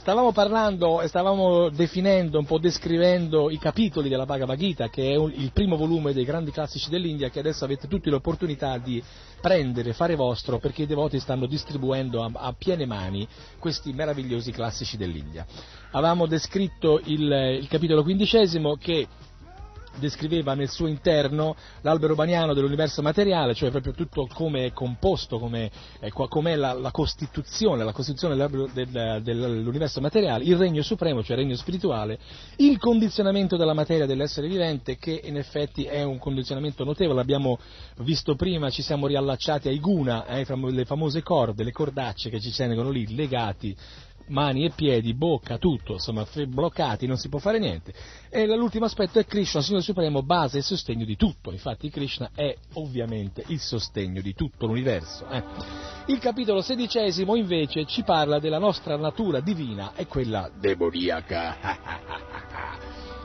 stavamo definendo, un po' descrivendo i capitoli della Bhagavad Gita, che è il primo volume dei grandi classici dell'India, che adesso avete tutti l'opportunità di prendere, fare vostro, perché i devoti stanno distribuendo a piene mani questi meravigliosi classici dell'India. Avevamo descritto il capitolo 15, che descriveva nel suo interno l'albero baniano dell'universo materiale, cioè proprio tutto come è composto, com'è la costituzione dell'universo materiale, il regno supremo, cioè il regno spirituale, il condizionamento della materia dell'essere vivente, che in effetti è un condizionamento notevole. Abbiamo visto prima, ci siamo riallacciati ai guna, le famose corde, le cordacce che ci tengono lì legati, mani e piedi, bocca, tutto, insomma, bloccati, non si può fare niente. E l'ultimo aspetto è Krishna, Signore Supremo, base e sostegno di tutto. Infatti Krishna è ovviamente il sostegno di tutto l'universo. Il capitolo 16 invece ci parla della nostra natura divina e quella demoniaca.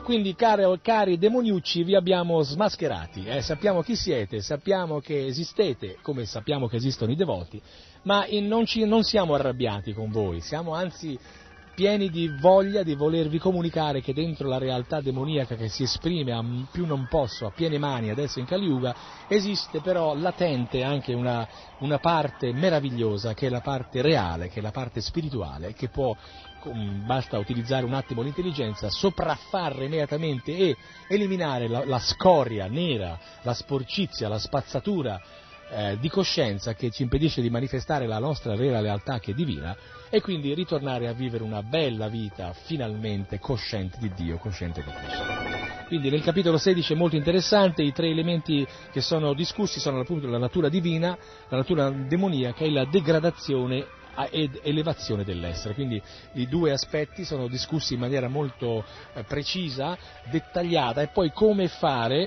Quindi, cari demoniucci, vi abbiamo smascherati, sappiamo chi siete, sappiamo che esistete, come sappiamo che esistono i devoti, ma non siamo arrabbiati con voi, siamo anzi pieni di voglia di volervi comunicare che dentro la realtà demoniaca che si esprime a più non posso, a piene mani adesso in Kali Yuga, esiste però latente anche una parte meravigliosa, che è la parte reale, che è la parte spirituale, che può, basta utilizzare un attimo l'intelligenza, sopraffare immediatamente e eliminare la scoria nera, la sporcizia, la spazzatura di coscienza che ci impedisce di manifestare la nostra vera realtà che è divina, e quindi ritornare a vivere una bella vita finalmente cosciente di Dio, cosciente di Cristo. Quindi nel capitolo 16 è molto interessante, i 3 elementi che sono discussi sono appunto la natura divina, la natura demoniaca e la degradazione ed elevazione dell'essere. Quindi i 2 aspetti sono discussi in maniera molto precisa, dettagliata, e poi come fare,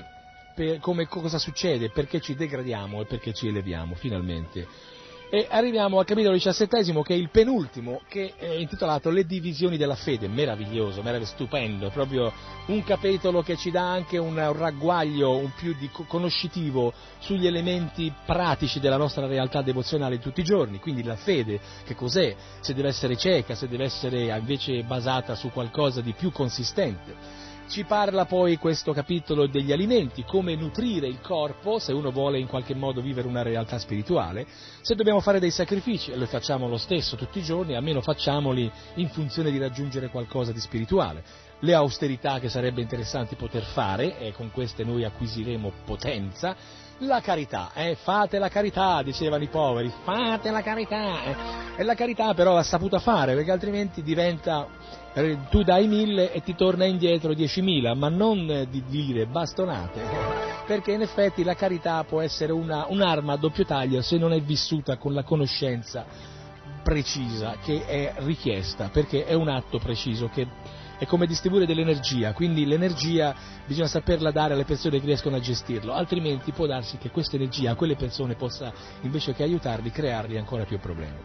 cosa succede, perché ci degradiamo e perché ci eleviamo finalmente. E arriviamo al capitolo 17, che è il penultimo, che è intitolato Le divisioni della fede. Meraviglioso, stupendo, proprio un capitolo che ci dà anche un ragguaglio un più di conoscitivo sugli elementi pratici della nostra realtà devozionale di tutti i giorni. Quindi la fede, che cos'è, se deve essere cieca, se deve essere invece basata su qualcosa di più consistente. Ci parla poi questo capitolo degli alimenti, come nutrire il corpo se uno vuole in qualche modo vivere una realtà spirituale, se dobbiamo fare dei sacrifici, e lo facciamo lo stesso tutti i giorni, almeno facciamoli in funzione di raggiungere qualcosa di spirituale. Le austerità che sarebbe interessante poter fare, e con queste noi acquisiremo potenza. La carità, fate la carità, dicevano i poveri, fate la carità, e la carità però va saputa fare, perché altrimenti diventa, tu dai 1000 e ti torna indietro 10.000, ma non di dire bastonate, perché in effetti la carità può essere un'arma a doppio taglio se non è vissuta con la conoscenza precisa che è richiesta, perché è un atto preciso che è come distribuire dell'energia, quindi l'energia bisogna saperla dare alle persone che riescono a gestirlo, altrimenti può darsi che questa energia a quelle persone possa, invece che aiutarli, creargli ancora più problemi.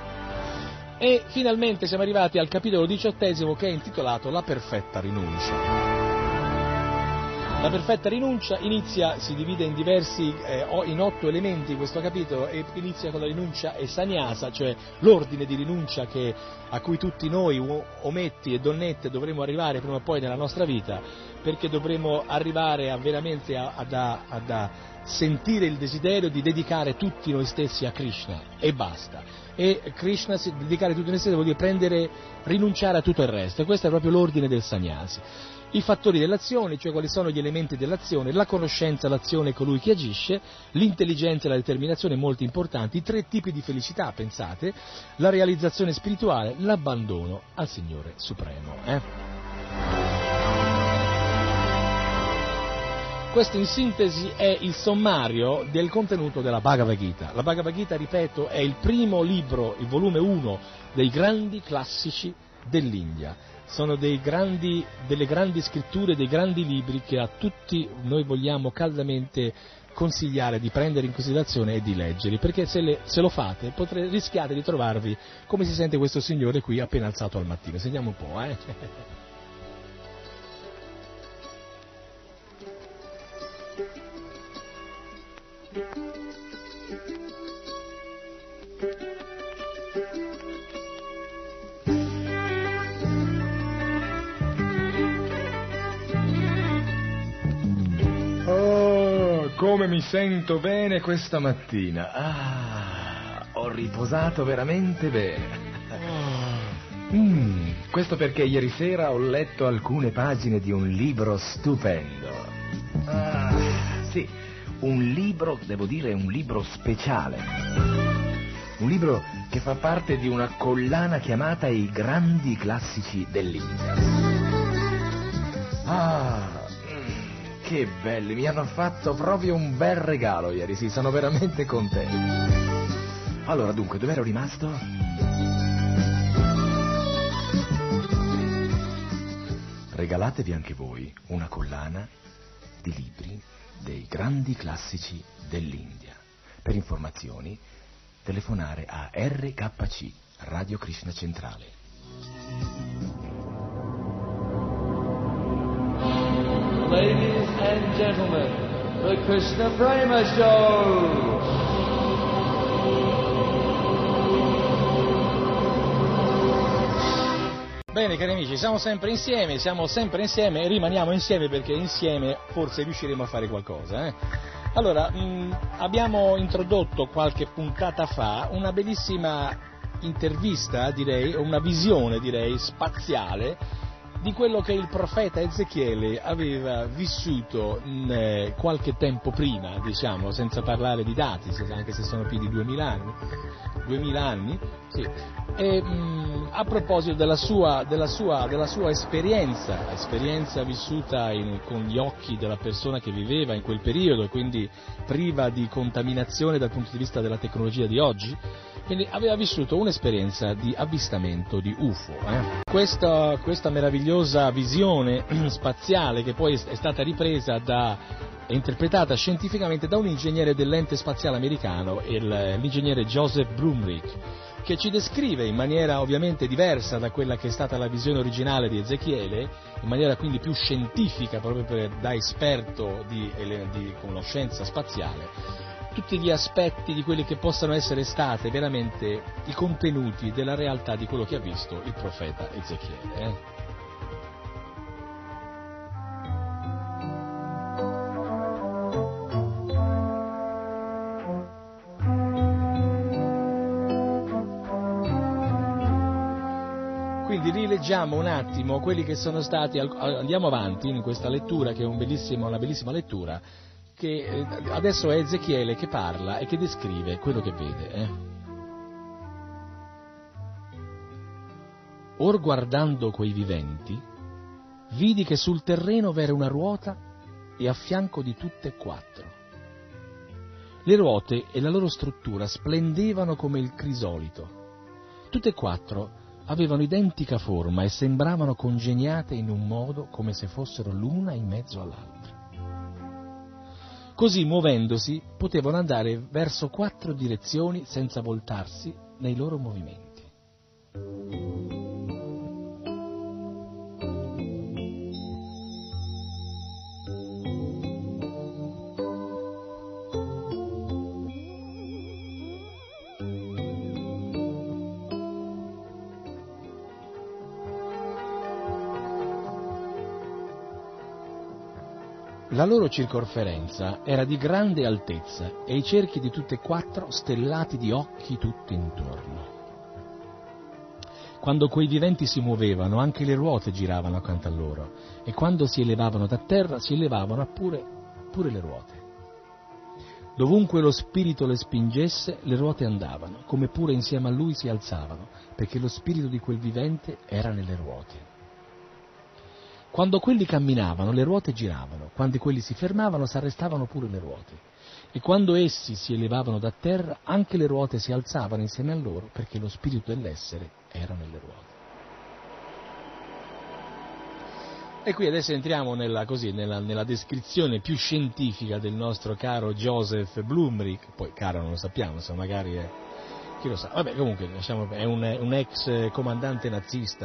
E finalmente siamo arrivati al capitolo 18, che è intitolato La perfetta rinuncia. La perfetta rinuncia si divide in in 8 elementi questo capitolo, e inizia con la rinuncia e sannyasa, cioè l'ordine di rinuncia a cui tutti noi, ometti e donnette, dovremo arrivare prima o poi nella nostra vita, perché dovremo arrivare veramente a sentire il desiderio di dedicare tutti noi stessi a Krishna, e basta. E Krishna, dedicare tutti noi stessi vuol dire rinunciare a tutto il resto, e questo è proprio l'ordine del sannyasi. I fattori dell'azione, cioè quali sono gli elementi dell'azione, la conoscenza, l'azione e colui che agisce, l'intelligenza e la determinazione molto importanti, i 3 tipi di felicità, pensate, la realizzazione spirituale, l'abbandono al Signore Supremo. Questo in sintesi è il sommario del contenuto della Bhagavad Gita. La Bhagavad Gita, ripeto, è il primo libro, il volume 1 dei grandi classici dell'India. Sono delle grandi scritture, dei grandi libri che a tutti noi vogliamo caldamente consigliare di prendere in considerazione e di leggere, perché se lo fate rischiate di trovarvi come si sente questo signore qui appena alzato al mattino. Sentiamo un po', Come mi sento bene questa mattina. Ho riposato veramente bene. Questo perché ieri sera ho letto alcune pagine di un libro stupendo. Sì, un libro, devo dire, un libro speciale. Un libro che fa parte di una collana chiamata I grandi classici dell'India. Che belli, mi hanno fatto proprio un bel regalo ieri, sì, sono veramente contento. Allora, dunque, dove ero rimasto? Regalatevi anche voi una collana di libri dei grandi classici dell'India. Per informazioni, telefonare a RKC, Radio Krishna Centrale. Ladies and gentlemen, the Krishna Prema Show! Bene cari amici, siamo sempre insieme e rimaniamo insieme perché insieme forse riusciremo a fare qualcosa. Allora, abbiamo introdotto qualche puntata fa una bellissima intervista, direi, una visione, direi, spaziale di quello che il profeta Ezechiele aveva vissuto qualche tempo prima, diciamo, senza parlare di dati, anche se sono più di 2000 anni, sì. E a proposito della sua esperienza vissuta con gli occhi della persona che viveva in quel periodo e quindi priva di contaminazione dal punto di vista della tecnologia di oggi, quindi aveva vissuto un'esperienza di avvistamento di UFO. Questa meravigliosa visione spaziale che poi è stata ripresa e interpretata scientificamente da un ingegnere dell'ente spaziale americano, l'ingegnere Joseph Blumrich, che ci descrive in maniera ovviamente diversa da quella che è stata la visione originale di Ezechiele, in maniera quindi più scientifica, proprio da esperto di conoscenza spaziale, tutti gli aspetti di quelli che possano essere state veramente i contenuti della realtà di quello che ha visto il profeta Ezechiele. Quindi rileggiamo un attimo quelli che sono stati, andiamo avanti in questa lettura che è una bellissima lettura, che adesso è Ezechiele che parla e che descrive quello che vede. Or guardando quei viventi, vidi che sul terreno v'era una ruota e a fianco di tutte e quattro. Le ruote e la loro struttura splendevano come il crisolito. Tutte e quattro avevano identica forma e sembravano congegnate in un modo come se fossero l'una in mezzo all'altra. Così, muovendosi, potevano andare verso 4 direzioni senza voltarsi nei loro movimenti. La loro circonferenza era di grande altezza e i cerchi di tutte e 4 stellati di occhi tutto intorno. Quando quei viventi si muovevano, anche le ruote giravano accanto a loro, e quando si elevavano da terra, si elevavano pure le ruote. Dovunque lo spirito le spingesse, le ruote andavano, come pure insieme a lui si alzavano, perché lo spirito di quel vivente era nelle ruote. Quando quelli camminavano, le ruote giravano, quando quelli si fermavano, s'arrestavano pure le ruote. E quando essi si elevavano da terra, anche le ruote si alzavano insieme a loro, perché lo spirito dell'essere era nelle ruote. E qui adesso entriamo nella descrizione più scientifica del nostro caro Joseph Blumrich, poi caro non lo sappiamo, se magari è, chi lo sa, vabbè comunque diciamo, è un ex comandante nazista,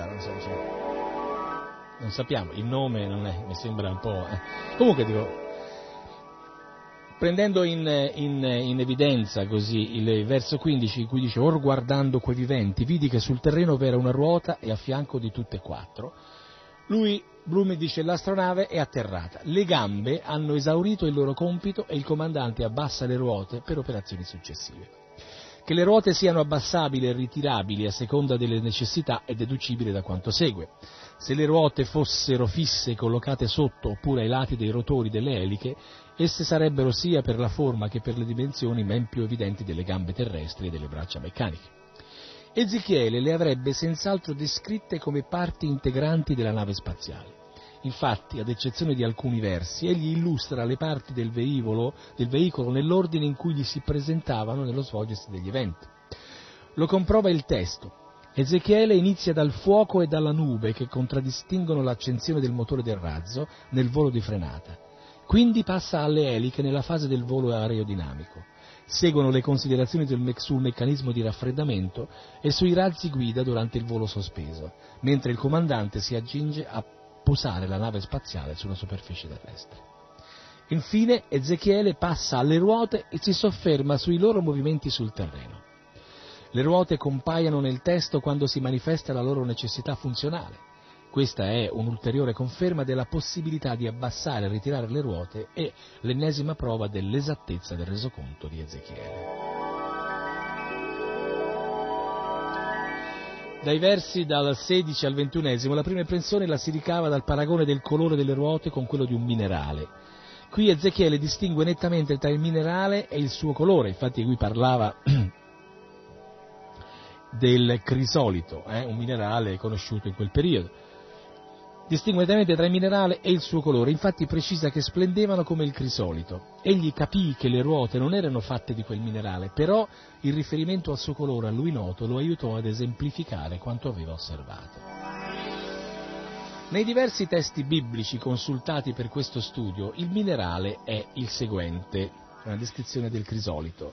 non sappiamo, il nome non è, mi sembra un po'. Comunque dico, prendendo in evidenza così il verso 15 in cui dice: or guardando quei viventi vidi che sul terreno v'era una ruota e a fianco di tutte e 4. Blumrich dice: l'astronave è atterrata, le gambe hanno esaurito il loro compito e il comandante abbassa le ruote per operazioni successive. Che le ruote siano abbassabili e ritirabili a seconda delle necessità è deducibile da quanto segue. Se le ruote fossero fisse collocate sotto oppure ai lati dei rotori delle eliche, esse sarebbero sia per la forma che per le dimensioni ben più evidenti delle gambe terrestri e delle braccia meccaniche. Ezechiele le avrebbe senz'altro descritte come parti integranti della nave spaziale. Infatti, ad eccezione di alcuni versi, egli illustra le parti del veicolo nell'ordine in cui gli si presentavano nello svolgersi degli eventi. Lo comprova il testo. Ezechiele inizia dal fuoco e dalla nube che contraddistinguono l'accensione del motore del razzo nel volo di frenata. Quindi passa alle eliche nella fase del volo aerodinamico. Seguono le considerazioni sul meccanismo di raffreddamento e sui razzi guida durante il volo sospeso, mentre il comandante si accinge a posare la nave spaziale sulla superficie terrestre. Infine Ezechiele passa alle ruote e si sofferma sui loro movimenti sul terreno. Le ruote compaiono nel testo quando si manifesta la loro necessità funzionale. Questa è un'ulteriore conferma della possibilità di abbassare e ritirare le ruote e l'ennesima prova dell'esattezza del resoconto di Ezechiele. Dai versi dal 16 al 21, la prima impressione la si ricava dal paragone del colore delle ruote con quello di un minerale. Qui Ezechiele distingue nettamente tra il minerale e il suo colore, infatti qui parlava del crisolito, un minerale conosciuto in quel periodo. Distingue nettamente tra il minerale e il suo colore, infatti precisa che splendevano come il crisolito. Egli capì che le ruote non erano fatte di quel minerale, però il riferimento al suo colore a lui noto lo aiutò ad esemplificare quanto aveva osservato. Nei diversi testi biblici consultati per questo studio, il minerale è il seguente, una descrizione del crisolito.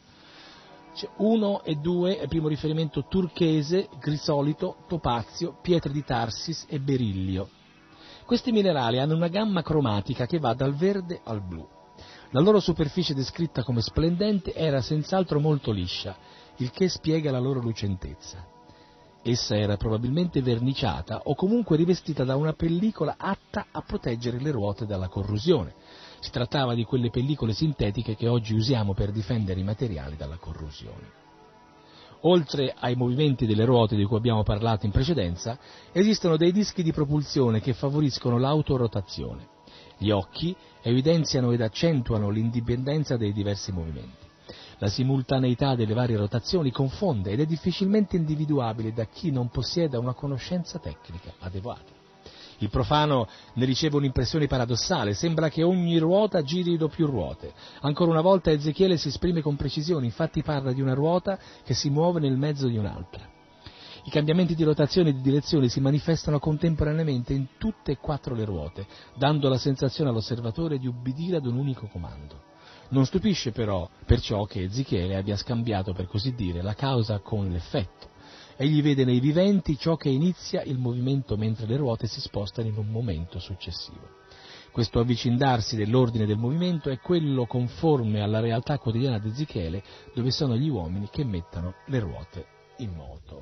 1 e 2, il primo riferimento turchese, crisolito, topazio, pietre di Tarsis e berillio. Questi minerali hanno una gamma cromatica che va dal verde al blu. La loro superficie descritta come splendente era senz'altro molto liscia, il che spiega la loro lucentezza. Essa era probabilmente verniciata o comunque rivestita da una pellicola atta a proteggere le ruote dalla corrosione. Si trattava di quelle pellicole sintetiche che oggi usiamo per difendere i materiali dalla corrosione. Oltre ai movimenti delle ruote di cui abbiamo parlato in precedenza, esistono dei dischi di propulsione che favoriscono l'autorotazione. Gli occhi evidenziano ed accentuano l'indipendenza dei diversi movimenti. La simultaneità delle varie rotazioni confonde ed è difficilmente individuabile da chi non possieda una conoscenza tecnica adeguata. Il profano ne riceve un'impressione paradossale, sembra che ogni ruota giri da più ruote. Ancora una volta Ezechiele si esprime con precisione, infatti parla di una ruota che si muove nel mezzo di un'altra. I cambiamenti di rotazione e di direzione si manifestano contemporaneamente in tutte e 4 le ruote, dando la sensazione all'osservatore di ubbidire ad un unico comando. Non stupisce però perciò che Ezechiele abbia scambiato, per così dire, la causa con l'effetto. Egli vede nei viventi ciò che inizia il movimento mentre le ruote si spostano in un momento successivo. Questo avvicindarsi dell'ordine del movimento è quello conforme alla realtà quotidiana di Ezechiele, dove sono gli uomini che mettono le ruote in moto.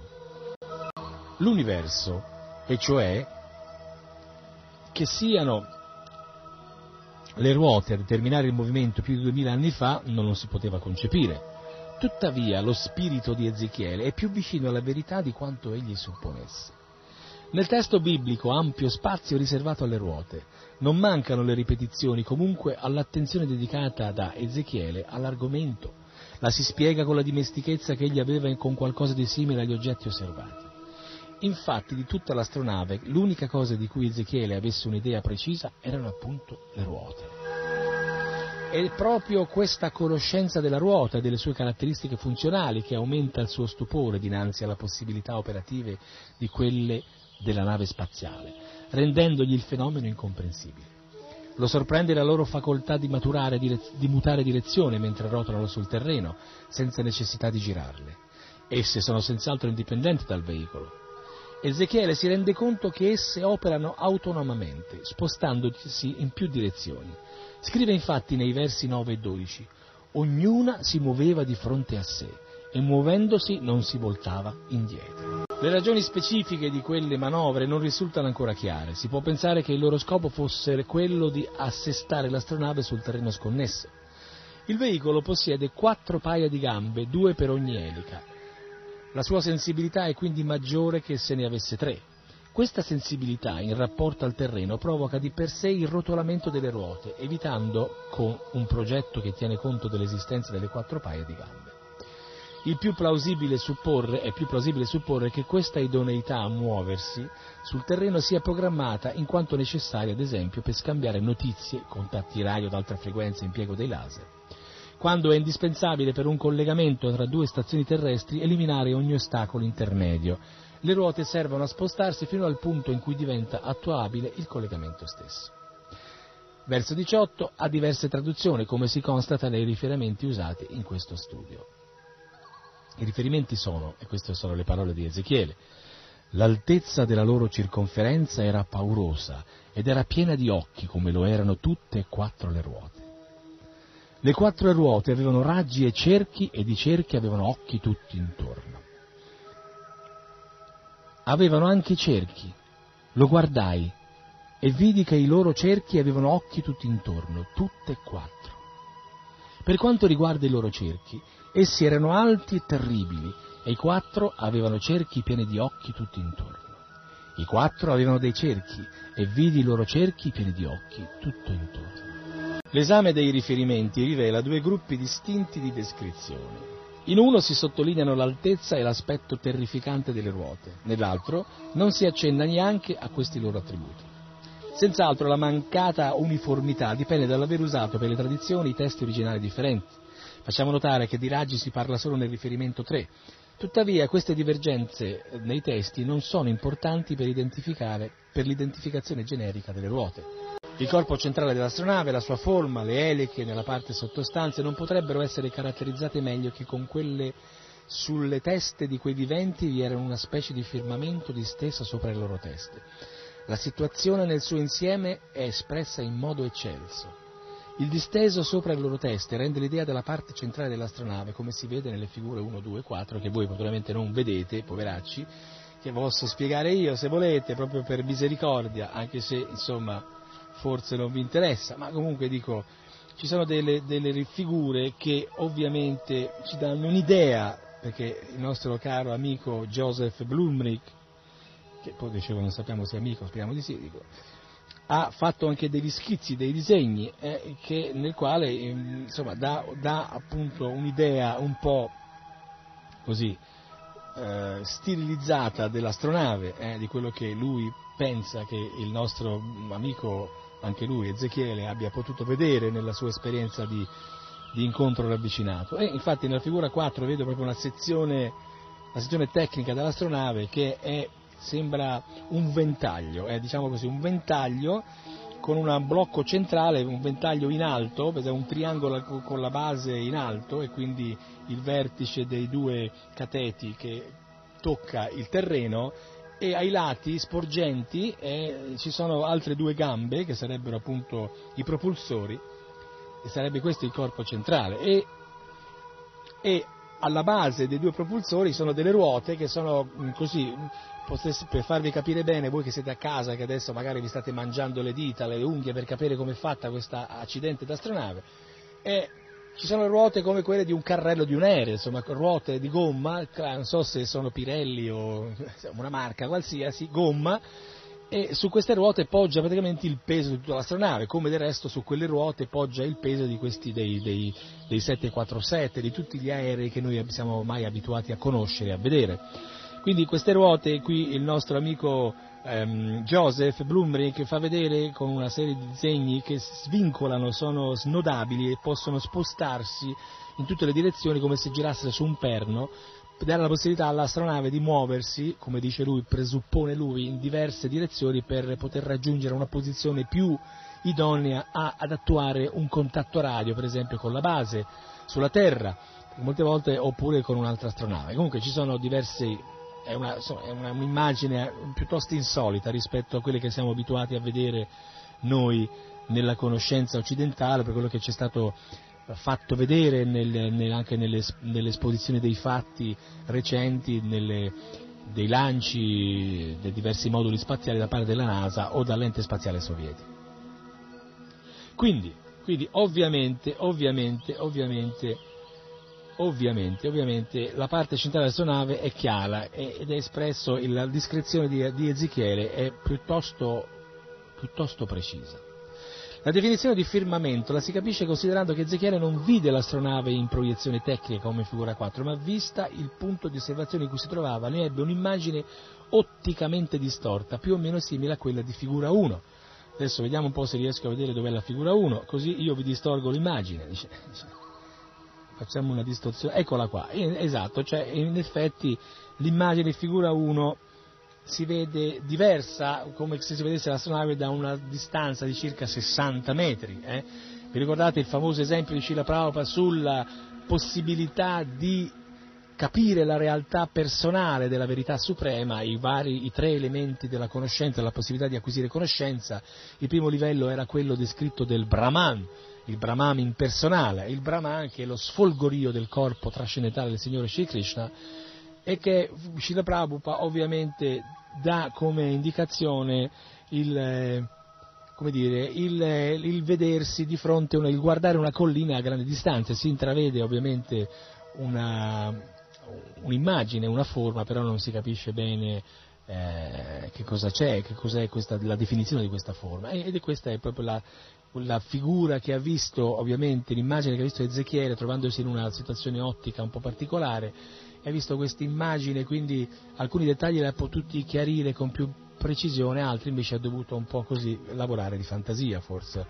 L'universo, e cioè che siano le ruote a determinare il movimento più di 2000 anni fa, non lo si poteva concepire. Tuttavia lo spirito di Ezechiele è più vicino alla verità di quanto egli supponesse. Nel testo biblico ampio spazio riservato alle ruote, non mancano le ripetizioni comunque all'attenzione dedicata da Ezechiele all'argomento, la si spiega con la dimestichezza che egli aveva con qualcosa di simile agli oggetti osservati. Infatti di tutta l'astronave l'unica cosa di cui Ezechiele avesse un'idea precisa erano appunto le ruote. È proprio questa conoscenza della ruota e delle sue caratteristiche funzionali che aumenta il suo stupore dinanzi alle possibilità operative di quelle della nave spaziale, rendendogli il fenomeno incomprensibile. Lo sorprende la loro facoltà di mutare direzione mentre rotolano sul terreno, senza necessità di girarle. Esse sono senz'altro indipendenti dal veicolo. Ezechiele si rende conto che esse operano autonomamente, spostandosi in più direzioni. Scrive infatti nei versi 9 e 12: ognuna si muoveva di fronte a sé e muovendosi non si voltava indietro. Le ragioni specifiche di quelle manovre non risultano ancora chiare. Si può pensare che il loro scopo fosse quello di assestare l'astronave sul terreno sconnesso. Il veicolo possiede 4 paia di gambe, 2 per ogni elica. La sua sensibilità è quindi maggiore che se ne avesse 3. Questa sensibilità in rapporto al terreno provoca di per sé il rotolamento delle ruote, evitando con un progetto che tiene conto dell'esistenza delle 4 paia di gambe. È più plausibile supporre che questa idoneità a muoversi sul terreno sia programmata in quanto necessaria, ad esempio, per scambiare notizie, contatti radio ad alta frequenza e impiego dei laser. Quando è indispensabile per un collegamento tra 2 stazioni terrestri eliminare ogni ostacolo intermedio. Le ruote servono a spostarsi fino al punto in cui diventa attuabile il collegamento stesso. Verso 18 ha diverse traduzioni, come si constata nei riferimenti usati in questo studio. I riferimenti sono, e queste sono le parole di Ezechiele, L'altezza della loro circonferenza era paurosa ed era piena di occhi, come lo erano tutte e 4 le ruote. Le 4 ruote avevano raggi e cerchi, ed i cerchi avevano occhi tutti intorno. Avevano anche i cerchi. Lo guardai e vidi che i loro cerchi avevano occhi tutti intorno, tutte e 4. Per quanto riguarda i loro cerchi, essi erano alti e terribili, e i 4 avevano cerchi pieni di occhi tutti intorno. I 4 avevano dei cerchi, e vidi i loro cerchi pieni di occhi tutto intorno. L'esame dei riferimenti rivela 2 gruppi distinti di descrizioni. In uno si sottolineano l'altezza e l'aspetto terrificante delle ruote, nell'altro non si accenna neanche a questi loro attributi. Senz'altro la mancata uniformità dipende dall'aver usato per le tradizioni i testi originali differenti. Facciamo notare che di raggi si parla solo nel riferimento 3. Tuttavia queste divergenze nei testi non sono importanti per l'identificazione generica delle ruote. Il corpo centrale dell'astronave, la sua forma, le eliche nella parte sottostante non potrebbero essere caratterizzate meglio che con quelle sulle teste di quei viventi vi era una specie di firmamento disteso sopra le loro teste. La situazione nel suo insieme è espressa in modo eccelso. Il disteso sopra le loro teste rende l'idea della parte centrale dell'astronave, come si vede nelle figure 1, 2 e 4, che voi naturalmente non vedete, poveracci, che posso spiegare io se volete, proprio per misericordia, anche se insomma forse non vi interessa, ma comunque dico, ci sono delle figure che ovviamente ci danno un'idea, perché il nostro caro amico Joseph Blumrich, che poi dicevo non sappiamo se è amico, speriamo di sì, ha fatto anche degli schizzi, dei disegni, nel quale insomma dà appunto un'idea un po' così stilizzata dell'astronave, di quello che lui pensa che il nostro amico, anche lui, Ezechiele, abbia potuto vedere nella sua esperienza di incontro ravvicinato. E infatti nella figura 4 vedo proprio la sezione tecnica dell'astronave che sembra un ventaglio, diciamo così, un ventaglio con un blocco centrale, un ventaglio in alto, un triangolo con la base in alto e quindi il vertice dei 2 cateti che tocca il terreno, e ai lati sporgenti ci sono altre 2 gambe che sarebbero appunto i propulsori, e sarebbe questo il corpo centrale, e alla base dei 2 propulsori sono delle ruote che sono così, per farvi capire bene, voi che siete a casa, che adesso magari vi state mangiando le dita, le unghie per capire come è fatta questa accidente d'astronave, e ci sono ruote come quelle di un carrello di un aereo, insomma ruote di gomma, non so se sono Pirelli o una marca qualsiasi, gomma, e su queste ruote poggia praticamente il peso di tutta l'astronave, come del resto su quelle ruote poggia il peso di questi dei 747, di tutti gli aerei che noi siamo mai abituati a conoscere e a vedere. Quindi queste ruote qui il nostro amico Joseph Blumrich fa vedere con una serie di disegni che svincolano, sono snodabili e possono spostarsi in tutte le direzioni come se girassero su un perno, per dare la possibilità all'astronave di muoversi, come dice lui, presuppone lui, in diverse direzioni per poter raggiungere una posizione più idonea ad attuare un contatto radio, per esempio con la base sulla Terra, molte volte, oppure con un'altra astronave. Comunque ci sono diversi, è un'immagine piuttosto insolita rispetto a quelle che siamo abituati a vedere noi nella conoscenza occidentale, per quello che ci è stato fatto vedere anche nelle esposizioni dei fatti recenti, dei lanci dei diversi moduli spaziali da parte della NASA o dall'ente spaziale sovietico. Quindi ovviamente la parte centrale dell'astronave è chiara ed è espresso, la descrizione di Ezechiele è piuttosto precisa. La definizione di firmamento la si capisce considerando che Ezechiele non vide l'astronave in proiezione tecnica come figura 4, ma vista il punto di osservazione in cui si trovava, ne ebbe un'immagine otticamente distorta, più o meno simile a quella di figura 1. Adesso vediamo un po' se riesco a vedere dov'è la figura 1, così io vi distorgo l'immagine. Facciamo una distorsione, eccola qua, esatto, cioè in effetti l'immagine di figura 1 si vede diversa, come se si vedesse l'astronave da una distanza di circa 60 metri. Vi ricordate il famoso esempio di Srila Prabhupada sulla possibilità di capire la realtà personale della verità suprema, i tre elementi della conoscenza, la possibilità di acquisire conoscenza. Il primo livello era quello descritto del Brahman, il Brahman impersonale, il Brahman che è lo sfolgorio del corpo trascendentale del Signore Shri Krishna, e che Srila Prabhupada ovviamente dà come indicazione il vedersi di fronte, il guardare una collina a grande distanza. Si intravede ovviamente un'immagine, una forma, però non si capisce bene che cosa c'è, che cos'è la definizione di questa forma, ed questa è proprio la figura che ha visto, ovviamente l'immagine che ha visto Ezechiele trovandosi in una situazione ottica un po' particolare. Ha visto questa immagine, quindi alcuni dettagli li ha potuti chiarire con più precisione, altri invece ha dovuto un po' così lavorare di fantasia, forse.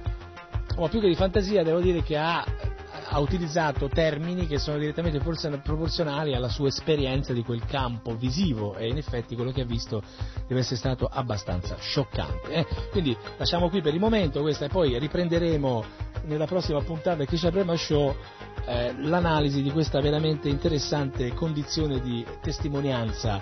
Ma più che di fantasia devo dire che ha utilizzato termini che sono direttamente proporzionali alla sua esperienza di quel campo visivo, e in effetti quello che ha visto deve essere stato abbastanza scioccante. Quindi lasciamo qui per il momento questa, e poi riprenderemo nella prossima puntata del Krishna Prema Show l'analisi di questa veramente interessante condizione di testimonianza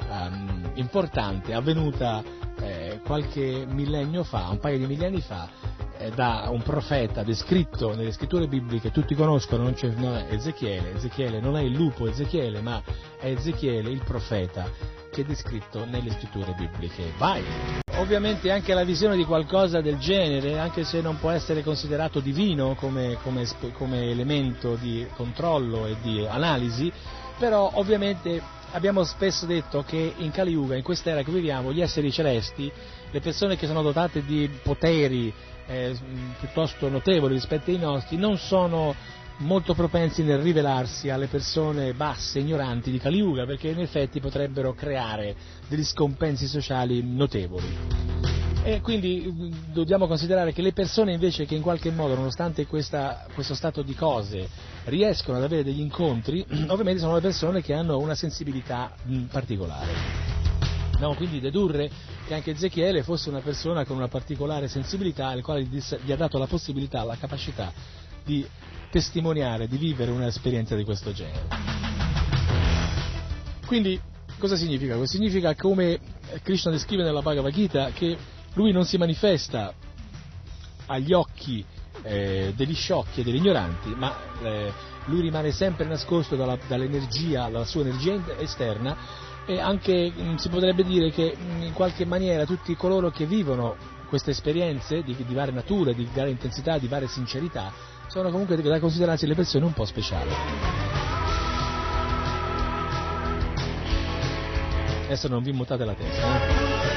importante, avvenuta qualche millennio fa, un paio di millenni fa, da un profeta descritto nelle scritture bibliche. Tutti conoscono, non è Ezechiele non è il lupo Ezechiele, ma è Ezechiele il profeta che è descritto nelle scritture bibliche. Vai! Ovviamente anche la visione di qualcosa del genere, anche se non può essere considerato divino come elemento di controllo e di analisi, però ovviamente abbiamo spesso detto che in Kali Yuga, in quest'era che viviamo, gli esseri celesti, le persone che sono dotate di poteri piuttosto notevoli rispetto ai nostri, non sono molto propensi nel rivelarsi alle persone basse, ignoranti di Kali Yuga, perché in effetti potrebbero creare degli scompensi sociali notevoli. E quindi dobbiamo considerare che le persone invece che in qualche modo, nonostante questo stato di cose, riescono ad avere degli incontri, ovviamente sono le persone che hanno una sensibilità particolare. Dobbiamo quindi dedurre che anche Ezechiele fosse una persona con una particolare sensibilità, al quale gli ha dato la possibilità, la capacità di testimoniare, di vivere un'esperienza di questo genere. Quindi cosa significa? Questo significa, come Krishna descrive nella Bhagavad Gita, che lui non si manifesta agli occhi degli sciocchi e degli ignoranti, ma lui rimane sempre nascosto dall'energia, dalla sua energia esterna, e anche si potrebbe dire che in qualche maniera tutti coloro che vivono queste esperienze di varia natura, di varia intensità, di varia sincerità, sono comunque da considerarsi le persone un po' speciali. Adesso non vi mutate la testa.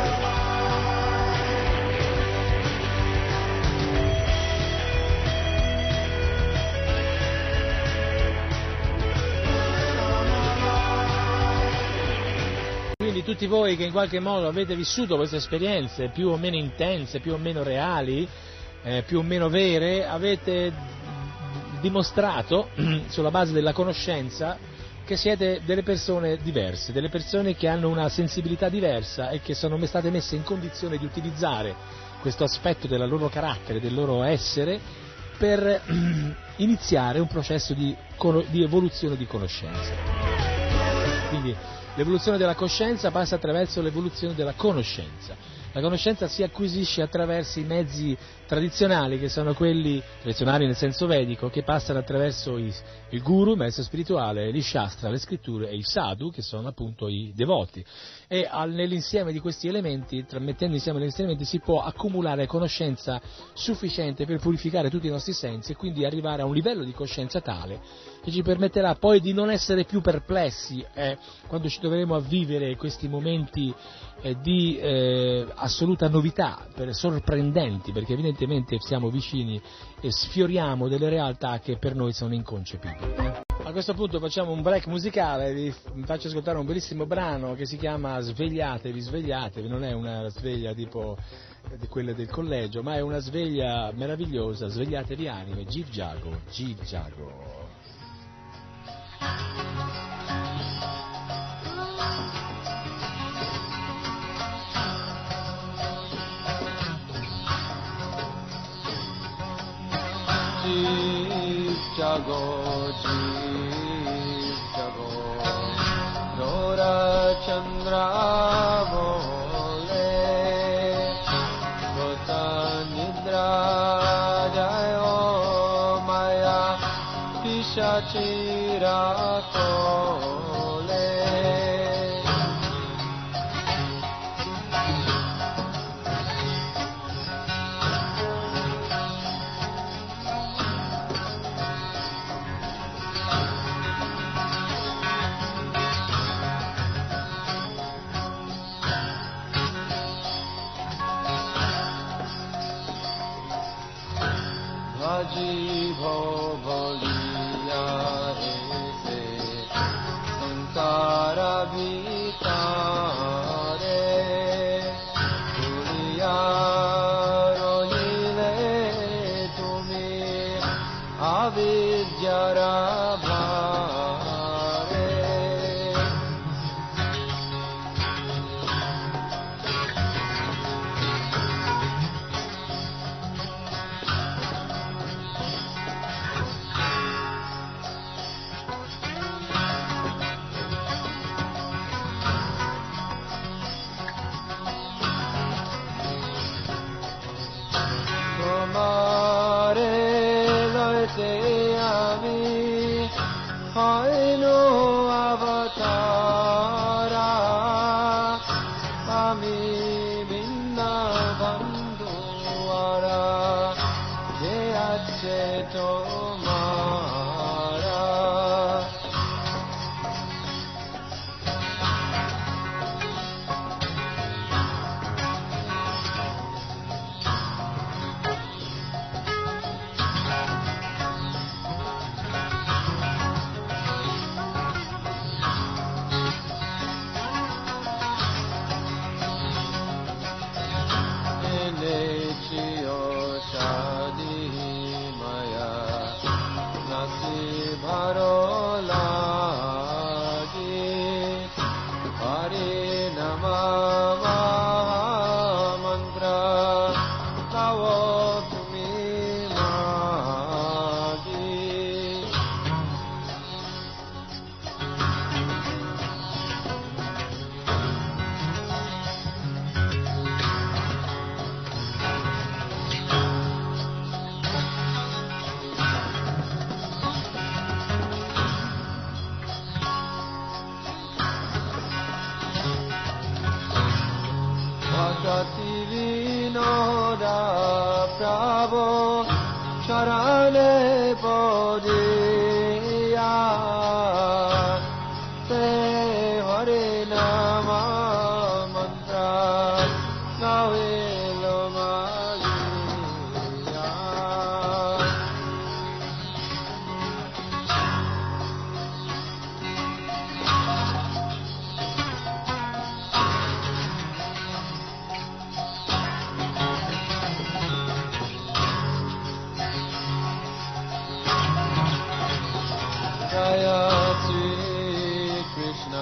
Quindi tutti voi che in qualche modo avete vissuto queste esperienze più o meno intense, più o meno reali, più o meno vere, avete dimostrato sulla base della conoscenza che siete delle persone diverse, delle persone che hanno una sensibilità diversa e che sono state messe in condizione di utilizzare questo aspetto del loro carattere, del loro essere, per iniziare un processo di evoluzione di conoscenza. Quindi l'evoluzione della coscienza passa attraverso l'evoluzione della conoscenza. La conoscenza si acquisisce attraverso i mezzi tradizionali, che sono quelli tradizionali nel senso vedico, che passano attraverso il guru, il maestro spirituale, gli shastra, le scritture, e i sadhu, che sono appunto i devoti. E nell'insieme di questi elementi, mettendo insieme questi elementi, si può accumulare conoscenza sufficiente per purificare tutti i nostri sensi e quindi arrivare a un livello di coscienza tale che ci permetterà poi di non essere più perplessi quando ci troveremo a vivere questi momenti di assoluta novità, sorprendenti, perché evidentemente siamo vicini e sfioriamo delle realtà che per noi sono inconcepibili. A questo punto facciamo un break musicale, vi faccio ascoltare un bellissimo brano che si chiama Svegliatevi, svegliatevi. Non è una sveglia tipo di quelle del collegio, ma è una sveglia meravigliosa. Svegliatevi anime, Jiv Jago, Jiv Jago. Jiv Jago, Jiv Chandra bole Gota Nidra Jayo Maya Pishachira Kole Jivo boliya ese sansara vitare boliya rohile tumi avidyara bhare Haino avatara ami binna bandhuara je acche tomara Charane podiya se Hare Nama mantra gavelo magiya Jaya Sri Krishna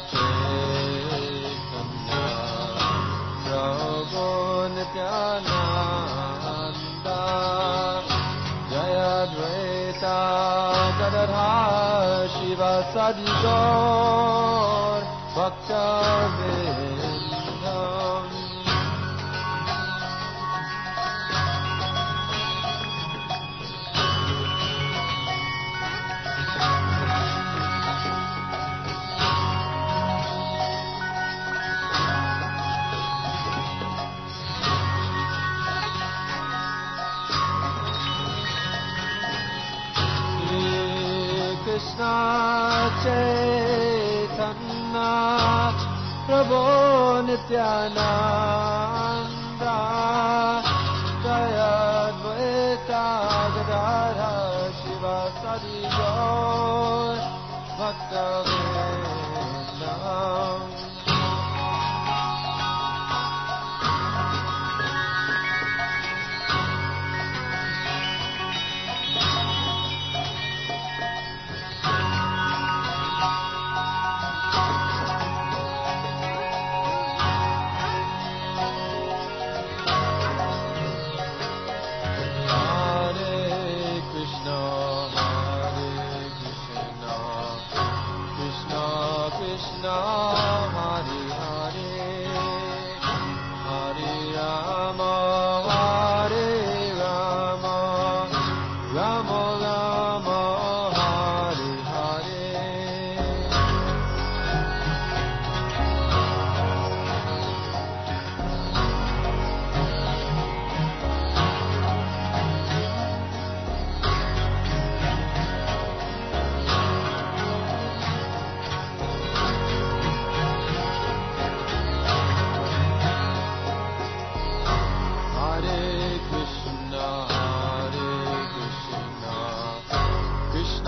Chaitanya Prabhu Nityananda Jaya Dvaita Gadadhar Shiva Sadi Gaur Bhakta Vindam Krishna Chaitanya Prabhu Nityananda Jaya Dvaita Gadadhar Shiva Sadi Gaur Bhakta Vindam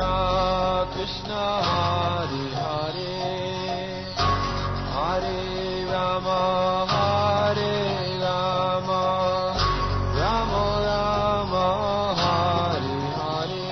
Krishna Krishna Hare Hare Hare Rama Hare Rama Rama Rama Hare Hare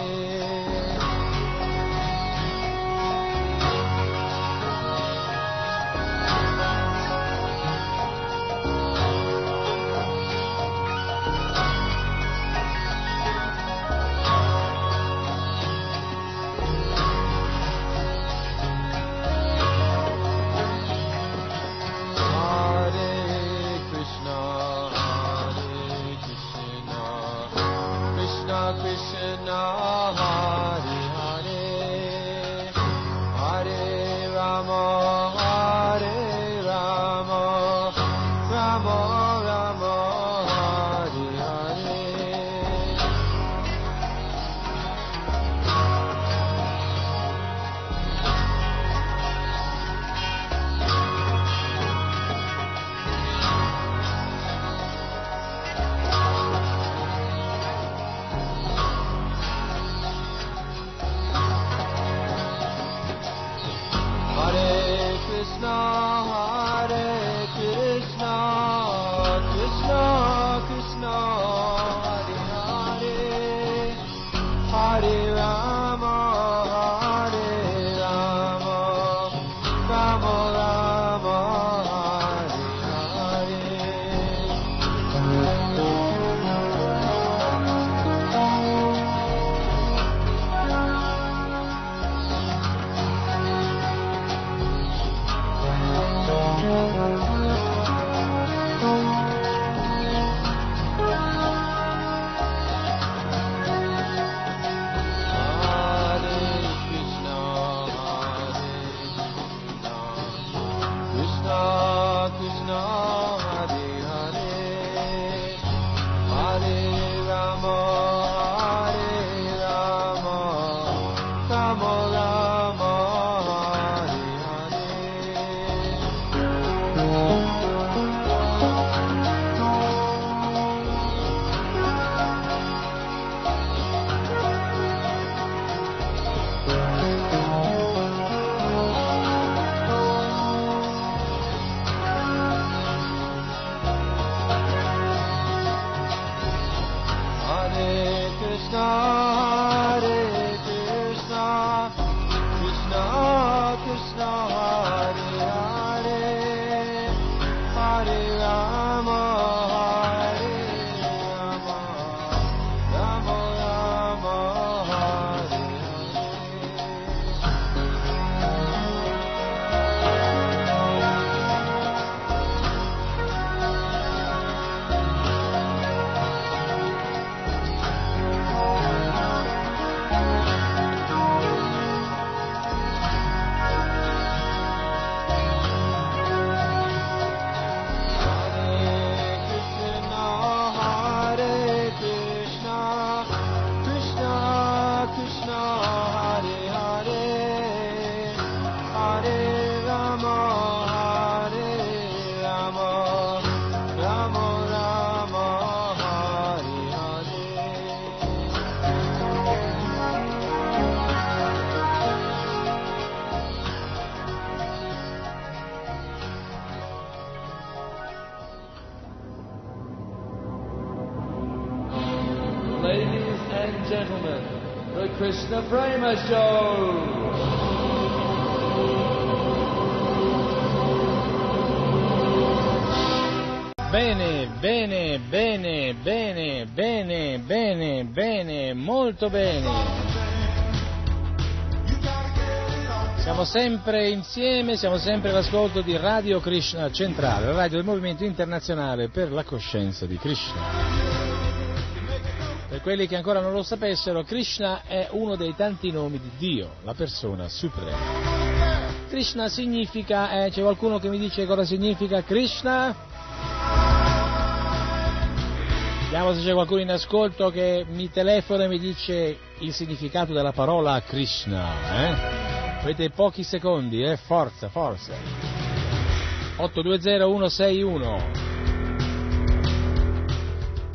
Krishna Hare Hare Hare Rama Hare Rama Rama Rama Hare Hare Krishna Hare Krishna Krishna Krishna Hare Hare Hare Rama Hare Rama Rama Rama Hare Ladies and gentlemen, the Krishna Prema Show. Bene, bene, bene, bene, bene, bene, bene, molto bene. Siamo sempre insieme, siamo sempre all'ascolto di Radio Krishna Centrale, la radio del Movimento Internazionale per la Coscienza di Krishna. Per quelli che ancora non lo sapessero, Krishna è uno dei tanti nomi di Dio, la persona suprema. Krishna significa, c'è qualcuno che mi dice cosa significa Krishna? Vediamo se c'è qualcuno in ascolto che mi telefona e mi dice il significato della parola Krishna. Avete pochi secondi, forza, forza. 820-161.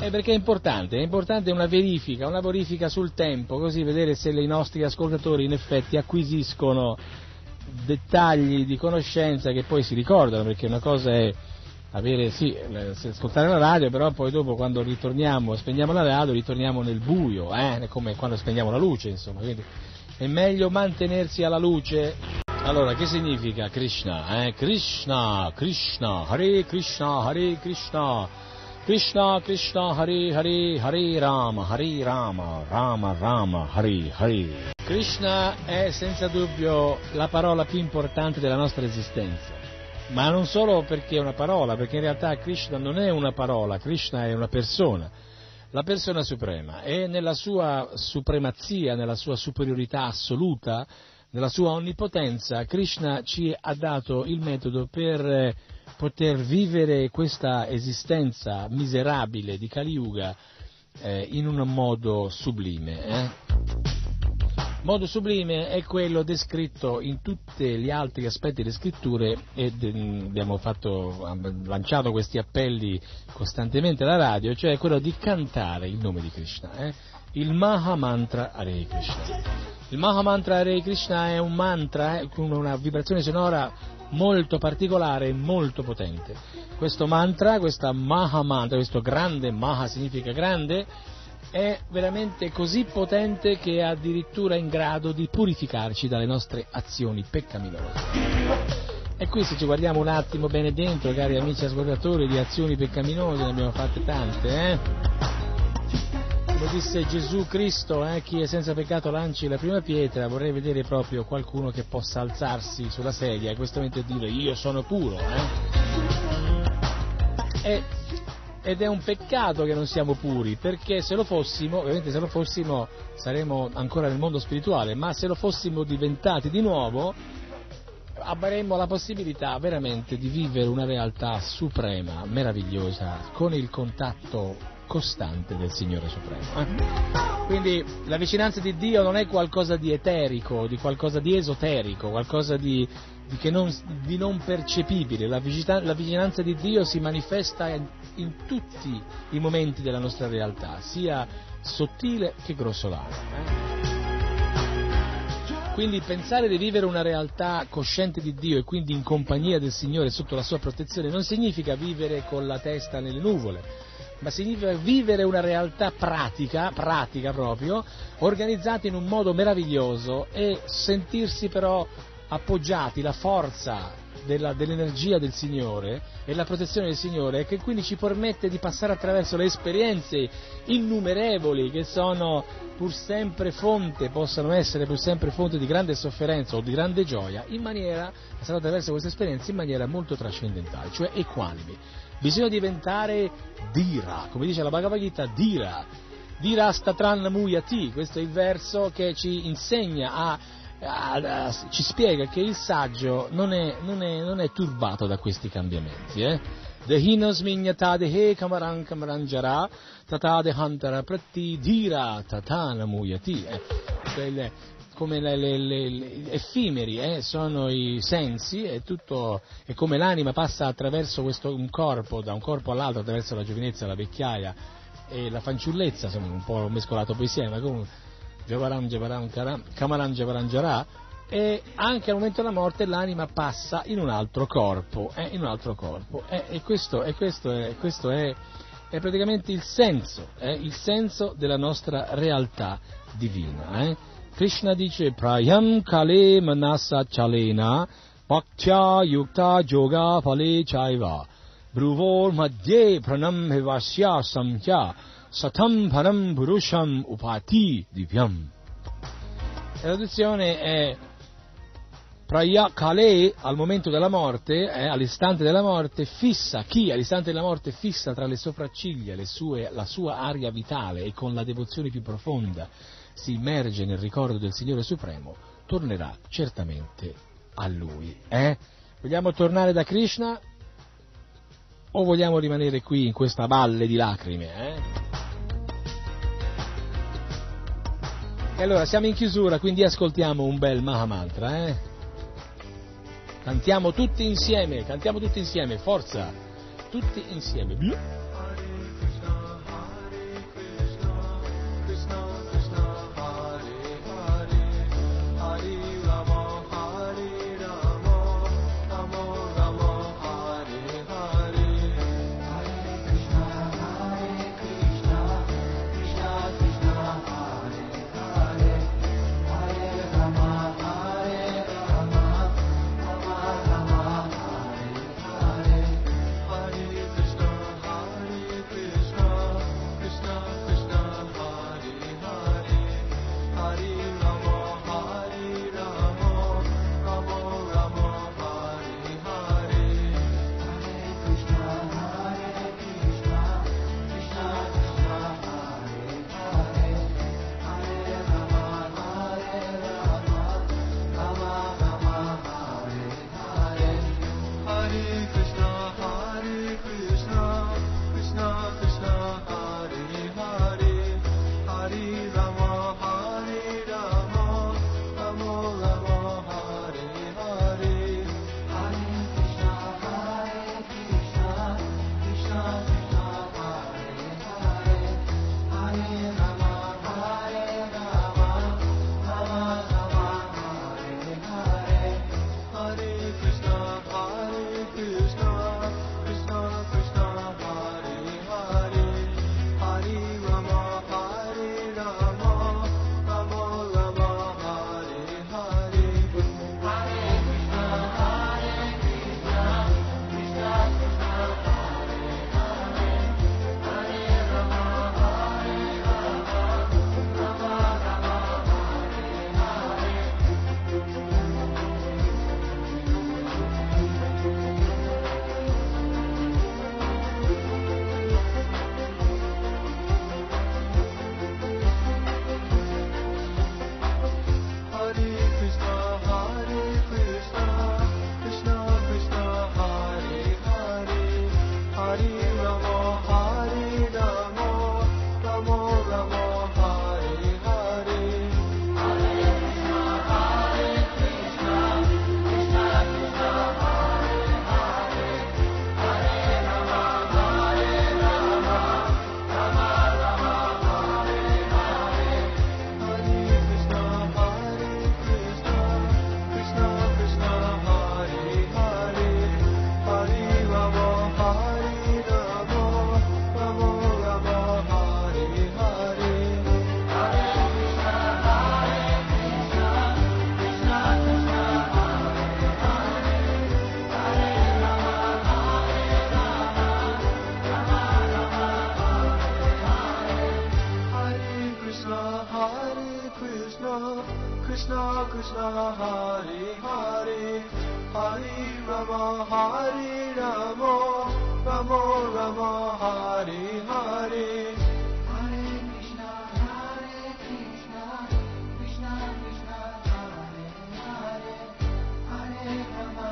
Perché è importante una verifica sul tempo, così vedere se i nostri ascoltatori in effetti acquisiscono dettagli di conoscenza che poi si ricordano, perché una cosa è ascoltare la radio, però poi dopo quando spegniamo la radio, ritorniamo nel buio, come quando spegniamo la luce, insomma, quindi è meglio mantenersi alla luce. Allora, che significa Krishna? Krishna, Krishna, Hare Krishna, Hare Krishna, Krishna Krishna, Hare Hare, Hare Rama, Rama Rama, Hare Hare. Krishna è senza dubbio la parola più importante della nostra esistenza, ma non solo perché è una parola, perché in realtà Krishna non è una parola, Krishna è una persona, la persona suprema, e nella sua supremazia, nella sua superiorità assoluta, nella sua onnipotenza, Krishna ci ha dato il metodo per poter vivere questa esistenza miserabile di Kali Yuga in un modo sublime. Modo sublime è quello descritto in tutti gli altri aspetti delle scritture, e abbiamo lanciato questi appelli costantemente alla radio, cioè quello di cantare il nome di Krishna, il Maha Mantra Hare Krishna. Il Maha Mantra Hare Krishna è un mantra con una vibrazione sonora molto particolare e molto potente. Questo mantra, questa Maha Mantra, questo grande, Maha significa grande, è veramente così potente che è addirittura in grado di purificarci dalle nostre azioni peccaminose. E qui, se ci guardiamo un attimo bene dentro, cari amici ascoltatori, di azioni peccaminose ne abbiamo fatte tante, Come disse Gesù Cristo, chi è senza peccato lanci la prima pietra. Vorrei vedere proprio qualcuno che possa alzarsi sulla sedia e questo momento dire: io sono puro, Ed è un peccato che non siamo puri, perché se lo fossimo, ovviamente se lo fossimo saremmo ancora nel mondo spirituale, ma se lo fossimo diventati di nuovo avremmo la possibilità veramente di vivere una realtà suprema, meravigliosa, con il contatto costante del Signore Supremo. Quindi la vicinanza di Dio non è qualcosa di eterico, di qualcosa di esoterico, qualcosa di non percepibile. La vicinanza di Dio si manifesta in tutti i momenti della nostra realtà, sia sottile che grossolana. Quindi pensare di vivere una realtà cosciente di Dio e quindi in compagnia del Signore sotto la sua protezione non significa vivere con la testa nelle nuvole, ma significa vivere una realtà pratica proprio, organizzata in un modo meraviglioso, e sentirsi però appoggiati, la forza dell'energia del Signore e la protezione del Signore, che quindi ci permette di passare attraverso le esperienze innumerevoli che sono possono essere pur sempre fonte di grande sofferenza o di grande gioia, passare attraverso queste esperienze in maniera molto trascendentale, cioè equanimi. Bisogna diventare Dhira, come dice la Bhagavad Gita, Dhira statran muyati. Questo è il verso che ci insegna ci spiega che il saggio non è turbato da questi cambiamenti. Dehinos mignata dehe kamaranjara tata dehantara prati dhira tatana muyati. Come gli effimeri sono i sensi, è come l'anima passa attraverso un corpo, da un corpo all'altro, attraverso la giovinezza, la vecchiaia e la fanciullezza, insomma un po' mescolato poi insieme, ma comunque Kamaran Javaranjara, e anche al momento della morte l'anima passa in un altro corpo, e questo è praticamente il senso della nostra realtà divina. Krishna dice: Prayam Kale Manasa Chalena Bhaktya Yukta Yoga Phale Chaiva Bruvor Madhye Pranam Hivasya Samkhya Satam Param Purusham Upati Divyam. La traduzione è: Praya Kale, al momento della morte, all'istante della morte, all'istante della morte fissa tra le sopracciglia la sua aria vitale e con la devozione più profonda si immerge nel ricordo del Signore Supremo, tornerà certamente a Lui. Vogliamo tornare da Krishna o vogliamo rimanere qui in questa valle di lacrime? E allora siamo in chiusura, quindi ascoltiamo un bel Mahamantra. Cantiamo tutti insieme, forza, tutti insieme. Krishna Hare Hare Hare Rama Hare Rama Rama Rama Hare Hare Hare Krishna Krishna Krishna Hare Hare Hare Rama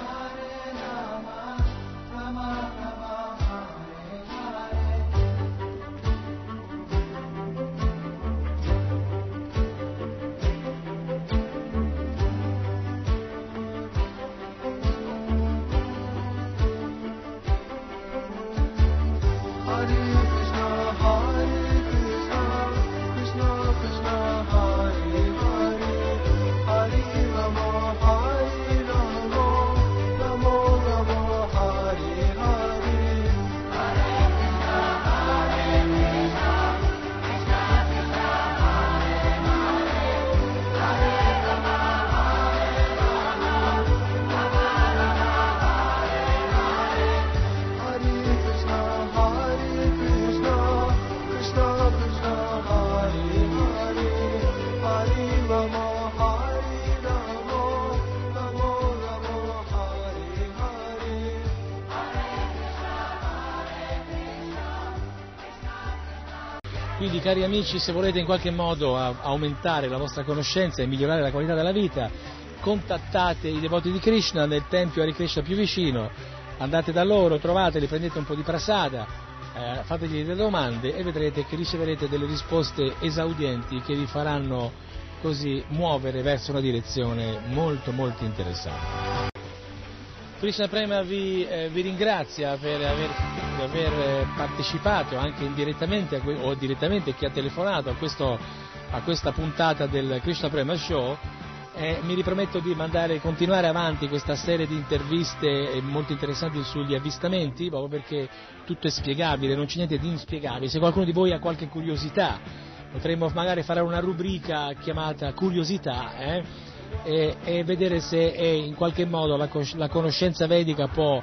Rama Rama Hare Hare. Quindi, cari amici, se volete in qualche modo aumentare la vostra conoscenza e migliorare la qualità della vita, contattate i devoti di Krishna nel tempio Hare Krishna più vicino, andate da loro, trovateli, prendete un po' di prasada, fategli delle domande e vedrete che riceverete delle risposte esaudienti che vi faranno così muovere verso una direzione molto molto interessante. Krishna Prema vi ringrazia per aver partecipato anche indirettamente o direttamente, chi ha telefonato a questa puntata del Krishna Prema Show. Mi riprometto di continuare avanti questa serie di interviste molto interessanti sugli avvistamenti, proprio perché tutto è spiegabile, non c'è niente di inspiegabile. Se qualcuno di voi ha qualche curiosità, potremmo magari fare una rubrica chiamata Curiosità, e vedere se in qualche modo la conoscenza vedica può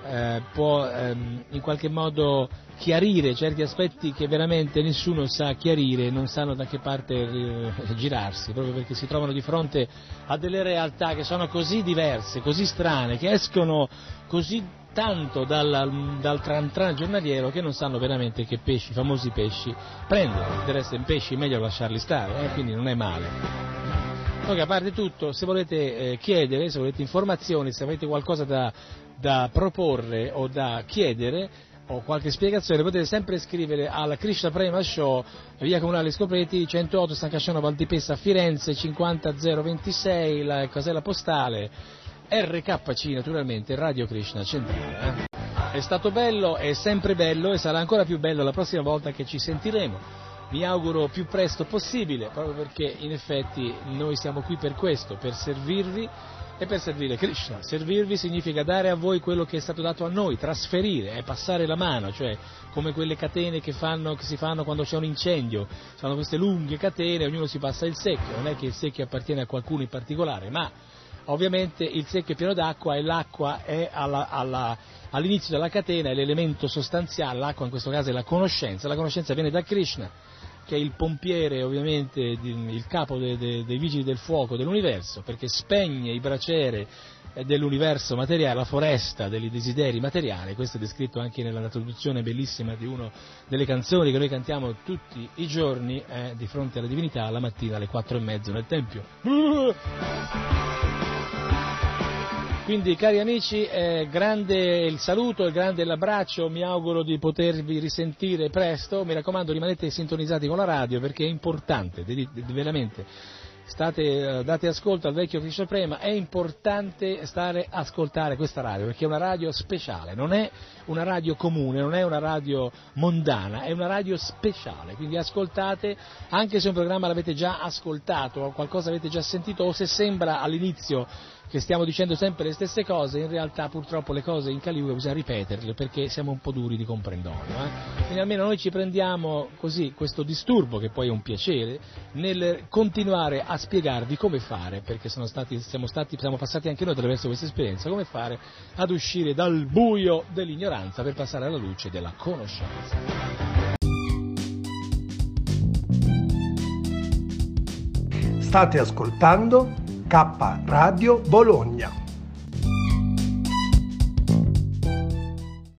in qualche modo chiarire certi aspetti che veramente nessuno sa chiarire, non sanno da che parte girarsi, proprio perché si trovano di fronte a delle realtà che sono così diverse, così strane, che escono così tanto dal tran giornaliero che non sanno veramente che pesci, famosi pesci, prendere. Del resto in pesci è meglio lasciarli stare, quindi non è male. Poi, a parte tutto, se volete chiedere, se volete informazioni, se avete qualcosa da proporre o da chiedere o qualche spiegazione, potete sempre scrivere alla Krishna Prema Show, via Comunale Scopreti 108, San Casciano Valdipessa, Firenze 50026, la casella postale RKC, naturalmente Radio Krishna Centrale. È stato bello, è sempre bello e sarà ancora più bello la prossima volta che ci sentiremo. Mi auguro più presto possibile, proprio perché in effetti noi siamo qui per questo, per servirvi e per servire Krishna. Servirvi significa dare a voi quello che è stato dato a noi, trasferire, è passare la mano, cioè come quelle catene che si fanno quando c'è un incendio, sono queste lunghe catene, ognuno si passa il secchio, non è che il secchio appartiene a qualcuno in particolare, ma ovviamente il secchio è pieno d'acqua e l'acqua è all'inizio della catena, è l'elemento sostanziale, l'acqua in questo caso è la conoscenza viene da Krishna, che è il pompiere, ovviamente, il capo dei vigili del fuoco dell'universo, perché spegne i braciere dell'universo materiale, la foresta dei desideri materiali. Questo è descritto anche nella traduzione bellissima di una delle canzoni che noi cantiamo tutti i giorni di fronte alla divinità, la mattina alle 4:30 nel Tempio. Quindi, cari amici, grande il saluto e grande l'abbraccio, mi auguro di potervi risentire presto, mi raccomando rimanete sintonizzati con la radio perché è importante, veramente, date ascolto al vecchio Krishna Prema, è importante ascoltare questa radio perché è una radio speciale, non è una radio comune, non è una radio mondana, è una radio speciale, quindi ascoltate, anche se un programma l'avete già ascoltato o qualcosa avete già sentito o se sembra all'inizio che stiamo dicendo sempre le stesse cose, in realtà purtroppo le cose in Kali Yuga bisogna ripeterle perché siamo un po' duri di comprendono. Quindi almeno noi ci prendiamo così questo disturbo, che poi è un piacere, nel continuare a spiegarvi come fare, perché siamo passati anche noi attraverso questa esperienza, come fare ad uscire dal buio dell'ignoranza per passare alla luce della conoscenza. State ascoltando K Radio Bologna.